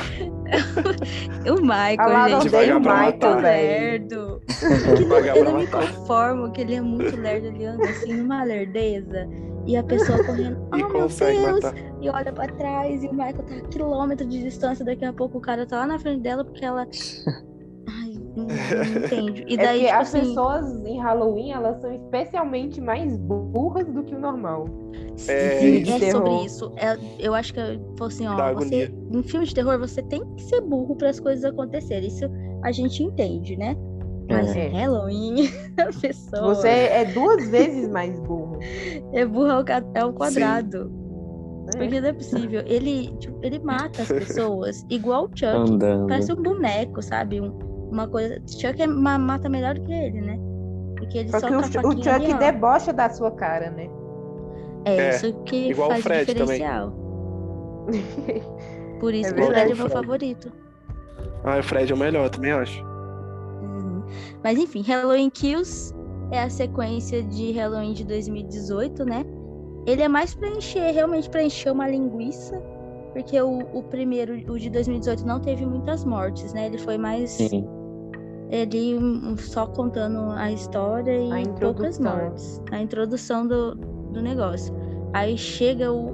O Michael, Ela gente, odeia é o Michael, muito velho. lerdo. Pagar Eu pra não me matar. conformo que ele é muito lerdo, ele anda assim, numa lerdeza. E a pessoa correndo, E meu consegue Deus! matar. E olha pra trás, e o Michael tá a quilômetro de distância, daqui a pouco o cara tá lá na frente dela, porque ela... Ai, não entendo. E daí, porque tipo as assim... pessoas em Halloween, elas são especialmente mais burras do que o normal. Sim, de é terror. sobre isso. Eu acho que eu falo assim, Dá agonia. em filme de terror você tem que ser burro para as coisas acontecerem. Isso a gente entende, né? Mas em Halloween, a pessoa Você é 2 vezes mais burro. é burro ao quadrado. Porque não é possível. Ele mata as pessoas igual o Chuck. Andando. Parece um boneco, sabe? Uma coisa. Chuck mata melhor do que ele, né? Porque ele Só só que com o a faquinha Chuck ali, ó. debocha da sua cara, né? É isso que igual o faz o Fred diferencial. Por isso É que o Fred é verdade. meu favorito. O Fred é o melhor, também acho. Mas enfim, Halloween Kills é a sequência de Halloween de 2018, né? Ele é mais realmente pra encher uma linguiça, porque o primeiro, o de 2018, não teve muitas mortes, né? Ele foi mais... Sim. Ele só contando a história e A poucas introdução. mortes. A introdução do negócio. Aí chega o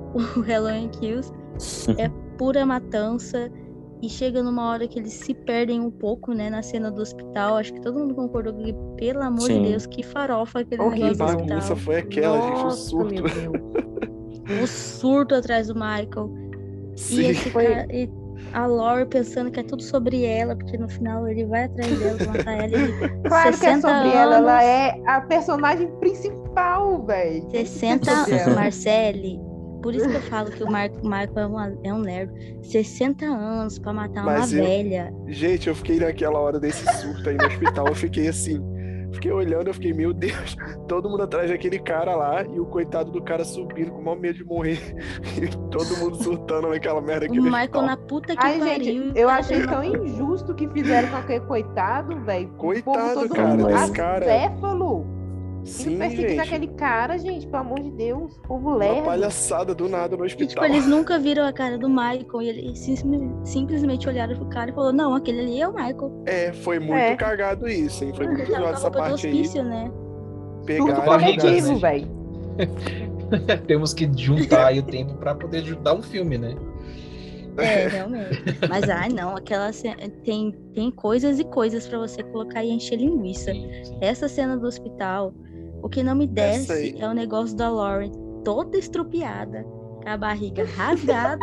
o Halloween Kills é pura matança. E chega numa hora que eles se perdem um pouco, né, na cena do hospital. Acho que todo mundo concordou que, pelo amor de Sim. Deus, que farofa aquele Horrível. negócio do Bagunça hospital. foi aquela, gente, o Nossa, surto. meu Deus. O surto atrás do Michael. E Sim. esse cara, e a Laurie pensando que é tudo sobre ela, porque no final ele vai atrás dela pra matar ela. Ele, Claro que é 60 sobre ela, ela anos. é a personagem principal, velho. 60 Marcele, por isso que eu falo que o Michael é um lerdo. 60 anos pra matar uma Mas eu- velha. Gente, eu fiquei naquela hora desse surto aí no hospital, eu fiquei assim, fiquei olhando, eu fiquei, meu Deus, todo mundo atrás daquele cara lá, e o coitado do cara subindo com o maior medo de morrer, e todo mundo surtando naquela merda O aqui no Michael hospital. na puta que Ai, pariu. gente, eu achei tão injusto que fizeram com aquele coitado, velho. Coitado, todo cara, mundo desse cara. acéfalo. Sim, Indo perseguir gente, aquele cara, gente, pelo amor de Deus. Povo uma lerdo. palhaçada do nada no E, tipo, hospital. eles nunca viram a cara do Michael. E eles simplesmente olharam pro cara e falaram: não, aquele ali é o Michael. É, foi muito É. cagado isso, hein, foi muito Não, zoado com a essa roupa do parte aí, hospício, né? Tudo pegaram e barriga, coletivo, né? velho. Temos que juntar aí o tempo pra poder dar um filme, né? É, realmente. Mas, ai, não, aquela cena. Tem coisas e coisas pra você colocar e encher linguiça. Sim, sim. Essa cena do hospital, o que não me Essa desce aí. é o negócio da Lauren toda estrupiada, com a barriga rasgada.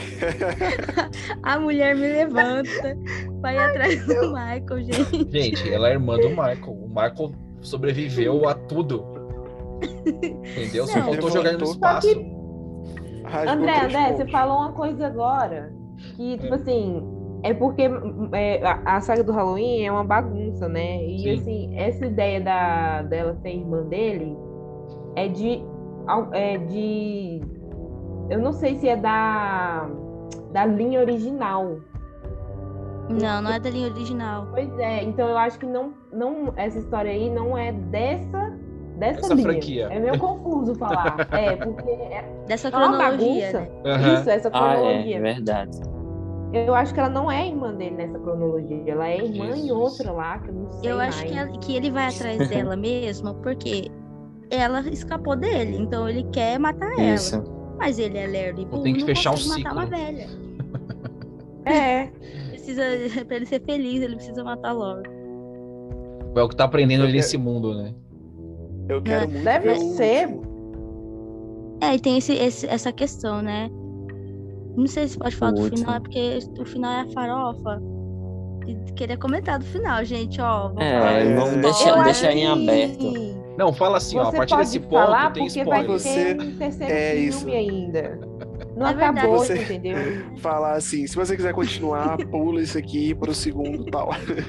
A mulher me levanta, vai atrás do Michael, gente. Gente, ela é irmã do Michael. O Michael sobreviveu a tudo. Entendeu? Só Não. faltou jogar ele no Levantou. espaço. Rasgou André, 3 você pontos. falou uma coisa agora que, tipo assim, é porque a saga do Halloween é uma bagunça, né? E, Sim. assim, essa ideia dela ser irmã dele é de... Eu não sei se é da linha original. Não é da linha original. Pois é, então eu acho que não, essa história aí não é dessa Essa linha. franquia. É meio confuso falar. Porque é Dessa uma cronologia, bagunça. né? Aham. Isso, essa Ah, cronologia. é verdade. Eu acho que ela não é irmã dele nessa cronologia. Ela é irmã em Jesus. outra lá, que eu não sei Eu acho mais. que ele vai atrás dela mesmo, porque ela escapou dele, então ele quer matar ela. Isso. Mas ele é lerdo e burro, Tem que não fechar consegue um matar uma ciclo. velha. É, Precisa, pra ele ser feliz, ele precisa matar a Lauren. É o que tá aprendendo Eu ali quero- nesse mundo, né? Eu quero muito Deve ver o ser. último. É, e tem essa questão, né? Não sei se pode falar O do último. final, é porque o final é a farofa. E queria comentar do final, gente, ó. Vou É, falar é. vamos eu deixar acho em aberto. que Não, fala assim, ó. A você partir pode desse ponto falar tem porque vai spoiler. Você- ter um terceiro é filme isso. ainda. Não É verdade. acabou, Você- entendeu? Falar assim, se você quiser continuar, pula isso aqui pro segundo tal.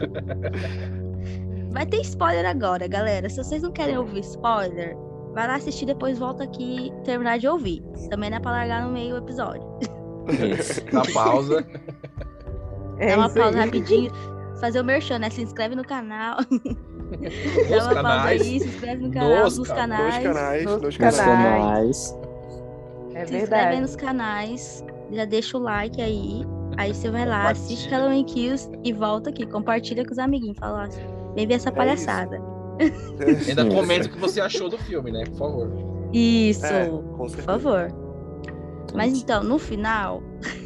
Vai ter spoiler agora, galera. Se vocês não querem ouvir spoiler, vai lá assistir, depois volta aqui e terminar de ouvir. Também não é pra largar no meio do episódio. Isso. Dá pausa. Dá uma isso pausa aí. rapidinho. Fazer o merchan, né? Se inscreve no canal. Dá Nos uma pausa canais. aí, se inscreve no canal, Nos nos canais. canais. Nos Nos canais. canais. É Se inscreve aí verdade. nos canais. Já deixa o like aí. Aí você vai lá, assiste Compartilha. Halloween Kills e volta aqui. Compartilha com os amiguinhos. Fala, ó, vem ver essa É palhaçada. Ainda Isso. comenta o que você achou do filme, né? Por favor. Isso, É, com por certeza. favor. Mas então, no final.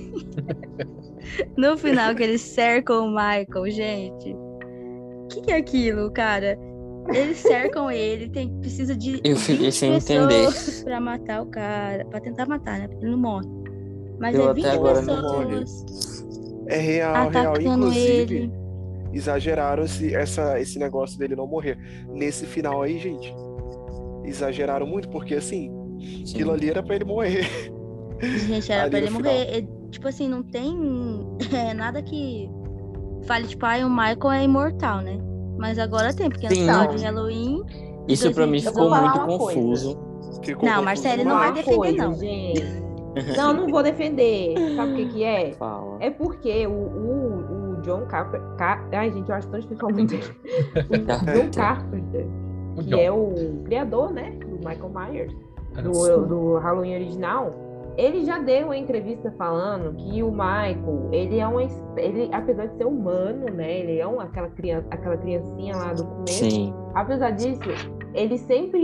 No final que eles cercam o Michael, gente. O que é aquilo, cara? Eles cercam ele, precisa de Eu fiquei 20 sem pessoas pra matar o cara. Pra tentar matar, né? Porque ele não morre. Mas Eu é até 20 agora não pessoas É real, real. atacando Inclusive, ele. exageraram esse negócio dele não morrer. Nesse final aí, gente, exageraram muito, porque assim, aquilo ali era pra ele morrer. Gente, era Ali pra no ele final. morrer. Tipo assim, não tem nada que fale, tipo, o Michael é imortal, né? Mas agora tem, porque no Sim. final de Halloween. Isso pra mim 2018. ficou Eu vou falar muito uma coisa. confuso. Ficou Não, confuso Marcelo, não demais. vai defender, não. Gente. Não vou defender. Sabe o que é? Fala. É porque o John Carpenter. Ai, gente, eu acho tão difícil falar o nome dele. O John Carpenter. Carpenter, O que John. é o criador, né? Do Michael Myers, Sim. do Halloween original. Ele já deu uma entrevista falando que o Michael, ele, apesar de ser humano, né? Ele é aquela criancinha lá do começo. Sim. Apesar disso, ele sempre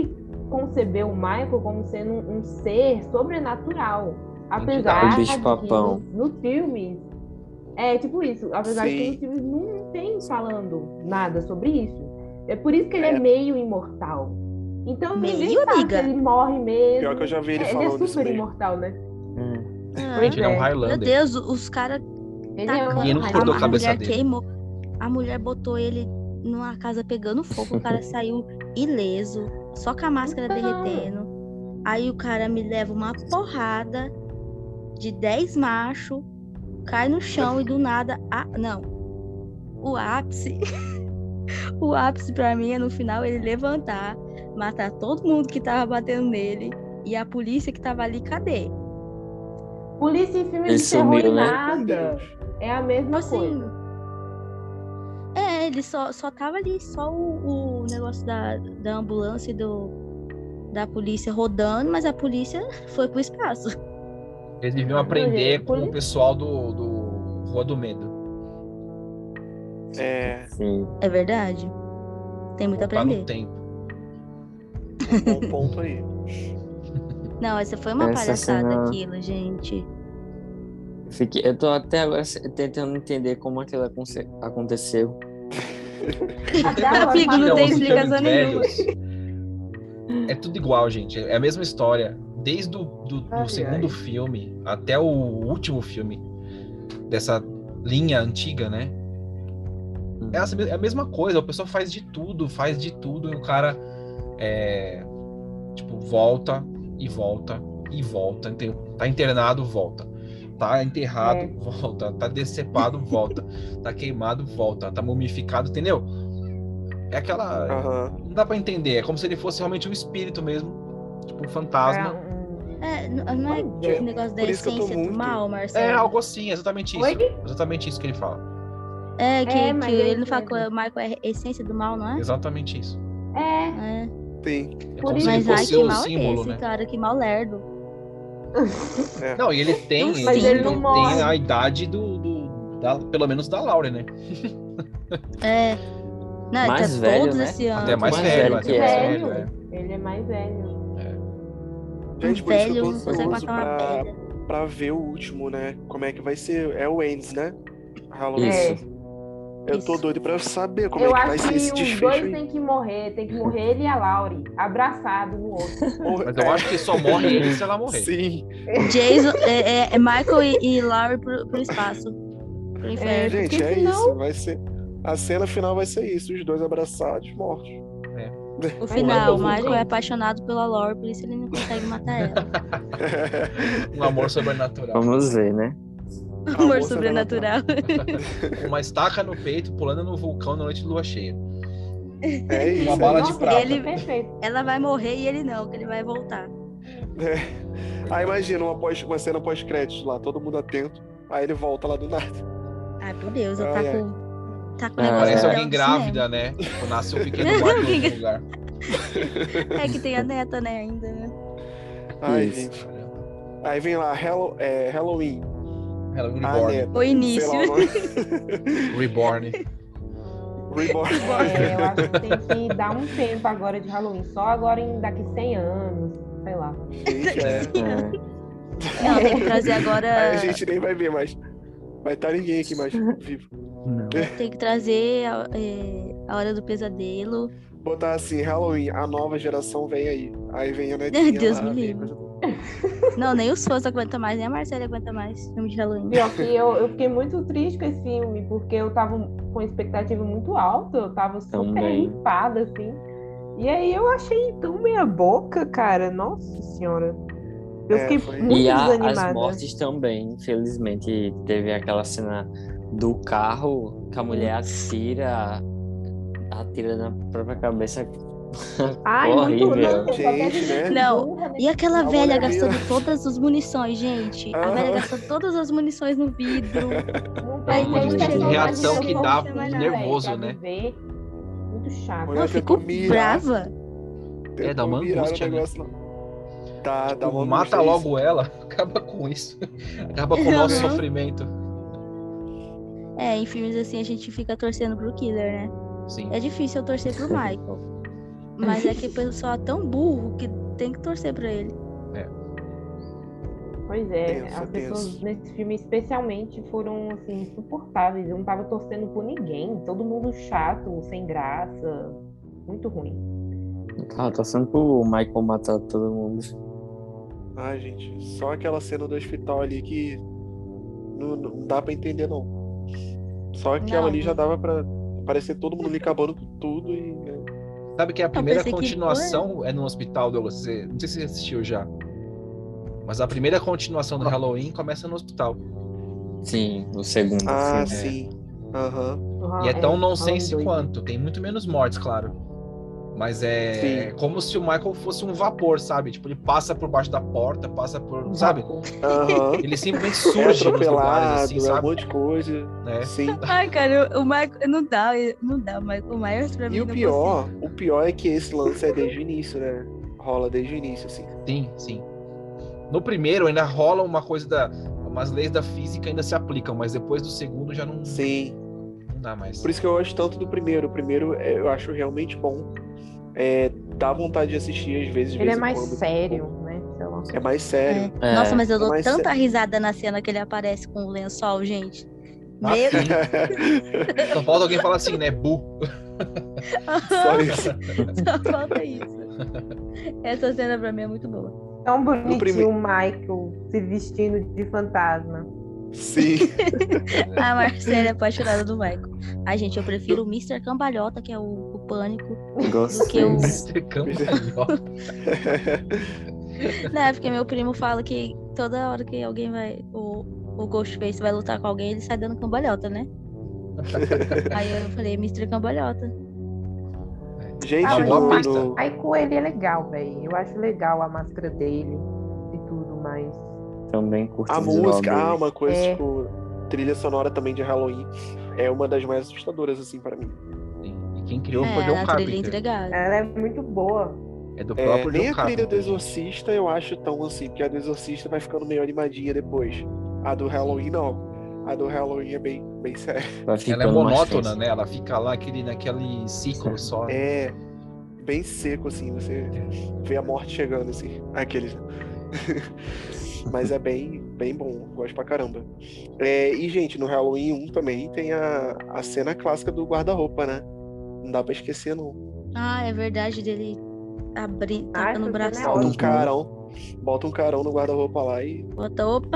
conceber o Michael como sendo um ser sobrenatural. O Apesar bicho de que papão. nos filmes, é tipo isso, apesar de que Sim. nos filmes não tem falando nada sobre isso. É por isso que ele é É. meio imortal. Então ninguém Meio, sabe amiga? se ele morre mesmo. Pior que eu já vi ele Ele é falando isso super mesmo. imortal, né? Gente, ele é um é. Meu Highlander. Deus, os caras Ele tacando. Ninguém nunca cortou a cabeça mulher dele. queimou. A mulher botou ele numa casa pegando fogo. O cara saiu ileso, só com a máscara derretendo. Aí o cara me leva uma porrada de 10 machos, cai no chão e do nada. Não. O ápice. O ápice pra mim é no final ele levantar, matar todo mundo que tava batendo nele. E a polícia que tava ali, cadê? Polícia em filme Ele de terror sumiu, e né? nada. Deus. É a mesma Assim. coisa. Ele só tava ali, só o negócio da ambulância e da polícia rodando, mas a polícia foi pro espaço. Eles deviam Não, aprender gente, com o pessoal do Rua do Medo. É, Sim. É verdade. Tem muito a Voltar no aprender. tempo. um bom ponto aí. Não, essa foi uma Essa palhaçada cena- aquilo, gente. Eu tô até agora tentando entender como aquilo aconteceu. Até agora, Amigo, não Não, tem os explicação filmes nenhuma. velhos, é tudo igual, gente. É a mesma história. Desde do Ai, segundo ai. filme até o último filme dessa linha antiga, né? É a mesma coisa. O pessoal faz de tudo e o cara tipo, volta e volta e volta. Entendeu? Tá internado, volta. Tá enterrado, É. volta. Tá decepado, volta. Tá queimado, volta. Tá mumificado, entendeu? É aquela. Aham. Não dá pra entender. É como se ele fosse realmente um espírito mesmo. Tipo um fantasma. Não é Pois é. o negócio da Por isso que eu tô essência do muito- mal, É, Marcelo? algo assim, exatamente isso. Oi? Exatamente isso que ele fala. Que mas ele eu não fala que entendo. o Michael é a essência do mal, não é? Exatamente isso. É. É. Sim. É Por como isso- se ele Mas ai, fosse que o mal é símbolo, esse, né? cara? Que mal lerdo. Não, e ele tem, Mas ele não tem morre. a idade pelo menos da Laura, né? É. Não, Mais tá velho, todos né? esse ano. Até mais mais velho, velho até que mais é. velho, é. Ele é mais velho. Gente, por isso que eu velho tô não consegue ansioso matar uma pra, velha. pra ver o último, né? Como é que vai ser. É o Waynes, né? Halloween. Isso. Eu tô Isso. doido pra saber como Eu é que vai acho ser que esse os desfecho dois aí. têm que morrer. Tem que morrer ele e a Laurie, abraçado no outro. Mas eu acho que só morre ele se ela morrer. Sim. Jason, Michael e Laurie pro espaço. Pro inferno. Gente, porque é senão- isso. Vai ser. A cena final vai ser isso: os dois abraçados, mortos. No final, o Pô, Michael gente. é apaixonado pela Laurie, por isso ele não consegue matar ela. Um amor sobrenatural. Vamos ver, né? Amor Amor sobrenatural. Uma estaca no peito, pulando no vulcão na noite de lua cheia. É isso. Uma bala de Nossa, prata. Ele- perfeito. Ela vai morrer e ele não, que ele vai voltar. Aí imagina uma cena pós-crédito lá, todo mundo atento. Aí ele volta lá do nada. Ai, por Deus, eu Ai, tá ai. com. Tá com Ah, negócio Parece dela alguém do grávida, né? Tipo, nasce um pequeno Não, Michael em alguém algum lugar. cinema. É que tem a neta, né, ainda, né? Ai, Isso. gente. Aí vem lá, Halloween. Halloween Ah, Reborn. né? O início. Sei lá o nome. Reborn. Reborn. Eu acho que tem que dar um tempo agora de Halloween. Só agora daqui 100 anos. Sei lá. Gente, É. Não, tem que trazer Aí agora. a gente nem vai ver mais. Vai estar ninguém aqui mais vivo. Tem que trazer a Hora do Pesadelo. Botar assim, Halloween, a nova geração vem aí. Aí vem a netinha Deus lá, me vem livre. coisa boa. Não, nem os fãs aguentam mais, nem a Marcela aguenta mais. Filme de Halloween. Pior que eu fiquei muito triste com esse filme, porque eu tava com expectativa muito alta, eu tava super Também. hypada, assim. E aí eu achei tão meia boca, cara. Nossa senhora. Eu fiquei foi. muito E as desanimada. mortes também, infelizmente. Teve aquela cena do carro que a mulher atira na própria cabeça. Ai, muito Horrível. não, só quer Gente, dizer né? que Não, burra, né? E aquela A velha mulher gastando vira- todas as munições, gente. A Aham. velha gastando todas as munições no vidro. Não Aí tem quando nem chega personagem reação que que eu dá confio, de velho, nervoso, pra né? viver. Muito chato. Não, Mulher eu fico tentou mirar. brava. Dá uma Tentou mirar no angústia, né? negócio, não. Dá uma Mata angústia, é isso. logo ela, acaba com isso. Acaba com o nosso Aham. sofrimento. Em filmes assim a gente fica torcendo pro killer, né? Sim. É difícil eu torcer pro Michael. Mas é que o pessoal é tão burro que tem que torcer pra ele. Pois é, Tenso, as pessoas tenso. nesse filme especialmente foram assim, insuportáveis. Eu não tava torcendo por ninguém. Todo mundo chato, sem graça. Muito ruim. Tava torcendo pro Michael matar todo mundo. Ai, gente, só aquela cena do hospital ali que não dá pra entender, não. Só aquela Não. ali já dava pra parecer todo mundo ali acabando com tudo e... Sabe que a primeira pensei que continuação é no hospital, Douglas? Não sei se você assistiu já. Mas a primeira continuação do Halloween começa no hospital. Sim, o segundo Ah, filme. sim. Aham. E é tão Halloween nonsense 2. quanto. Tem muito menos mortes, claro. Mas é Sim. como se o Michael fosse um vapor, sabe? Tipo, ele passa por baixo da porta, passa por... Sabe? Aham. Ele simplesmente É surge nos lugares, atropelado, assim, é um sabe? monte de coisa. É. Sim. Ai, cara, o Michael... Não dá. O Michael Myers pra mim E o não pior é que esse lance é desde o início, né? Rola desde o início, assim. Sim, sim. No primeiro ainda rola uma coisa umas leis da física ainda se aplicam, mas depois do segundo já não Sim. dá mais. Por isso que eu gosto tanto do primeiro. O primeiro eu acho realmente bom. Dá vontade de assistir às vezes. De Ele vez é em mais quando. sério, né? Sei lá. É mais sério. É. Nossa, mas eu É dou mais tanta sério. risada na cena que ele aparece com o lençol, gente. Ah, Meu sim. Só falta alguém falar assim, né? Bu. Só isso. Só falta isso. Essa cena pra mim é muito boa. Tão bonitinho primeiro- o Michael se vestindo de fantasma. Sim. A Marcela é apaixonada do Michael. Ai, gente, eu prefiro o Mr. Cambalhota, que é o Pânico, do que o... Mr. Cambalhota. Né, porque meu primo fala que toda hora que alguém vai... O Ghostface vai lutar com alguém, ele sai dando cambalhota, né? Aí eu falei, Mr. Cambalhota. Gente, Uma mas boa o pista. Michael, ele é legal, velho. Eu acho legal a máscara dele e tudo, mas... Também curti a o visual música, dele. uma coisa, É. tipo, trilha sonora também de Halloween. É uma das mais assustadoras, assim, pra mim. Sim. E quem criou foi o É, John na trilha Carpenter. entregada. Ela é muito boa. É do próprio Nem John a trilha do Carpenter. Exorcista eu acho tão assim, porque a do Exorcista vai ficando meio animadinha depois. A do Halloween, não. A do Halloween é bem séria. Vai Ela é ficando mais monótona, tenso. né? Ela fica lá naquele ciclo só. É bem seco, assim, você vê a morte chegando, assim. Aqueles. Mas é bem bom, gosto pra caramba. E, gente, no Halloween 1 também tem a cena clássica do guarda-roupa, né? Não dá pra esquecer, não. Ah, é verdade dele abrir, Ah, tacando o essa cena é braço. Bota um Uhum. carão. Bota um carão no guarda-roupa lá e. Bota, opa!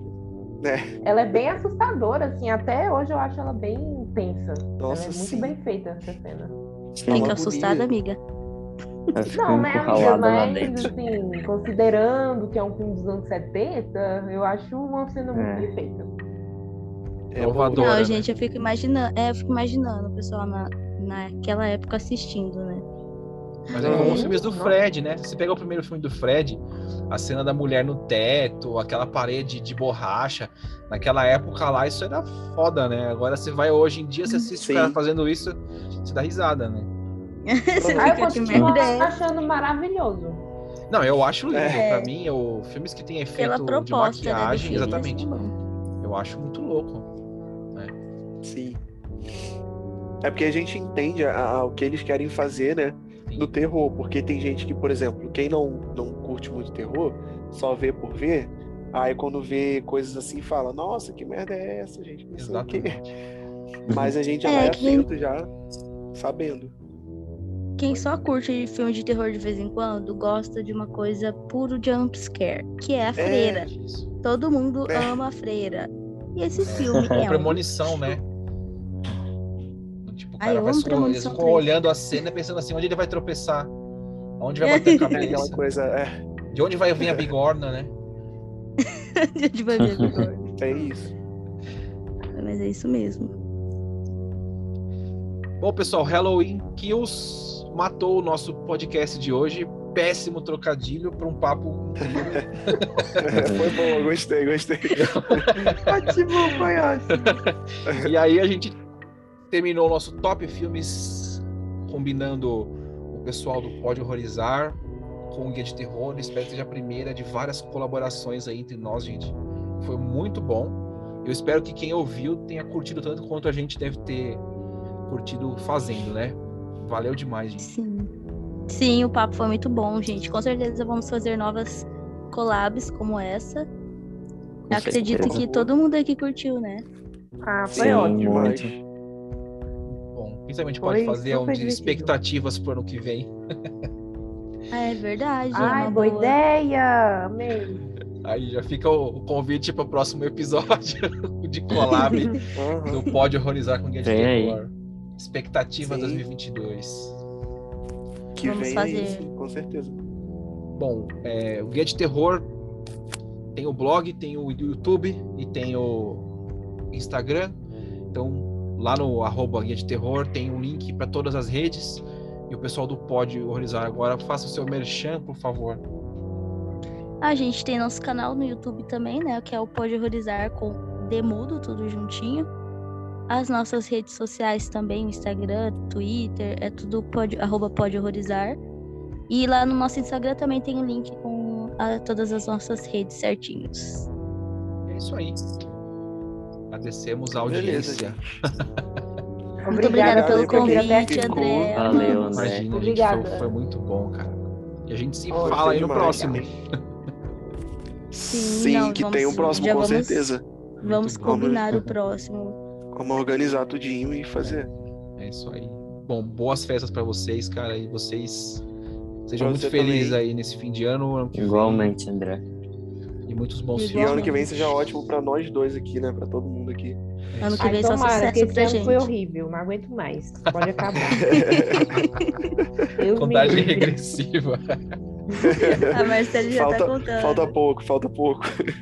Ela é bem assustadora, assim. Até hoje eu acho ela bem tensa. Nossa, ela é muito sim. bem feita, essa cena. Fica uma assustada, agonia. amiga. Vai Não, ficando né, amiga? encurralada lá Mas, dentro. assim, considerando que é um filme dos anos 70, eu acho uma cena muito É. bem feita. É Inovadora. bom. Não, né? gente, eu fico imaginando o pessoal naquela época assistindo, né? Mas é como os Sim, filmes do nossa. Fred, né? Se você pegar o primeiro filme do Fred, a cena da mulher no teto, aquela parede de borracha, naquela época lá, isso era foda, né? Agora você vai hoje em dia, você assiste Sim. o cara fazendo isso, você dá risada, né? Você Ah, eu fica que continuo merda é essa? achando maravilhoso. Não, eu acho lindo. É. Pra mim, filmes que tem Pela efeito de proposta, né, do maquiagem, filme, exatamente. assim, bom. Eu acho muito louco. Sim. É porque a gente entende o que eles querem fazer, né? Do terror. Porque tem gente que, por exemplo, quem não curte muito terror, só vê por ver, aí quando vê coisas assim, fala, nossa, que merda é essa, gente? Não sei o quê. Exatamente. Mas a gente já É, vai quem- atento, já sabendo. Quem só curte filme de terror de vez em quando gosta de uma coisa puro jump scare, que é a freira. Isso. Todo mundo É. ama a freira. E esse filme Ou é um premonição, né? Tipo, o Ai, cara eu vai amo eles Premonição ficam 3. olhando a cena pensando assim, onde ele vai tropeçar? Onde vai bater a É aquela cabeça? coisa, De onde vai vir a bigorna, né? A gente vai ver agora. é isso. Mas é isso mesmo. Bom, pessoal, Halloween Kills matou o nosso podcast de hoje. Péssimo trocadilho para um papo incrível. Foi bom, gostei. Ótimo, foi ótimo. E aí a gente terminou o nosso top filmes combinando o pessoal do Pode Horrorizar com o Guia de Terror. Espero que seja a primeira de várias colaborações aí entre nós, gente. Foi muito bom. Eu espero que quem ouviu tenha curtido tanto quanto a gente deve ter curtido fazendo, né? Valeu demais, gente. Sim. Sim, o papo foi muito bom, gente. Com certeza vamos fazer novas collabs como essa. Com Acredito certeza. que todo mundo aqui curtiu, né? Ah, foi Sim, ótimo. muito. Bom, principalmente Foi pode fazer super de divertido. expectativas pro ano que vem. É verdade, é Ai, uma boa boa. ideia! Amei. Aí já fica o convite para o próximo episódio de collab Aham. do Pode Horrorizar com Guia de Vem aí. Terror. Expectativa Sim. 2022. Que Vamos vem fazer. aí, sim, com certeza. Bom, o Guia de Terror tem o blog, tem o YouTube e tem o Instagram. Então, lá no @Guia de Terror tem um link para todas as redes. E o pessoal do Pode Horrorizar agora, faça o seu merchan, por favor. A gente tem nosso canal no YouTube também, né? Que é o Pode Horrorizar com Demudo, tudo juntinho. As nossas redes sociais também, o Instagram, Twitter, é tudo @Pode Horrorizar. E lá no nosso Instagram também tem um link com todas as nossas redes certinhos. É isso aí. Agradecemos a Beleza, audiência. gente. Muito obrigada Obrigado pelo aí pra quem convite, ficou. André. Valeu, Nossa. André. Imagina, gente, Obrigada. foi muito bom, cara. E a gente se Gostei fala aí no demais. próximo. Sim, não, que vamos- tem um próximo, já com vamos- certeza. Vamos bom. combinar o próximo. Vamos organizar tudinho e fazer. É isso aí. Bom, boas festas pra vocês, cara. E vocês sejam Pra muito você felizes também. aí nesse fim de ano que vem. Igualmente, André. E muitos bons E filmes. ano que vem Igualmente. seja ótimo pra nós dois aqui, né? Pra todo mundo aqui. É Ano isso que aí. vem só Tomara, porque sucesso esse pra ano foi gente. horrível. Não aguento mais. Pode acabar. Deus me Contagem livre. regressiva. A Marcela já tá contando. Falta pouco.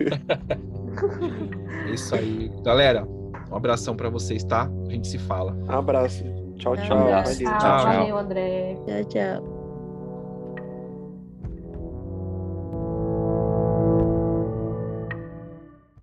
É isso aí. Galera, um abração pra vocês, tá? A gente se fala. Abraço. Tchau, tchau. Abraço. Valeu. Tchau, Tchau. valeu, André. Tchau, tchau.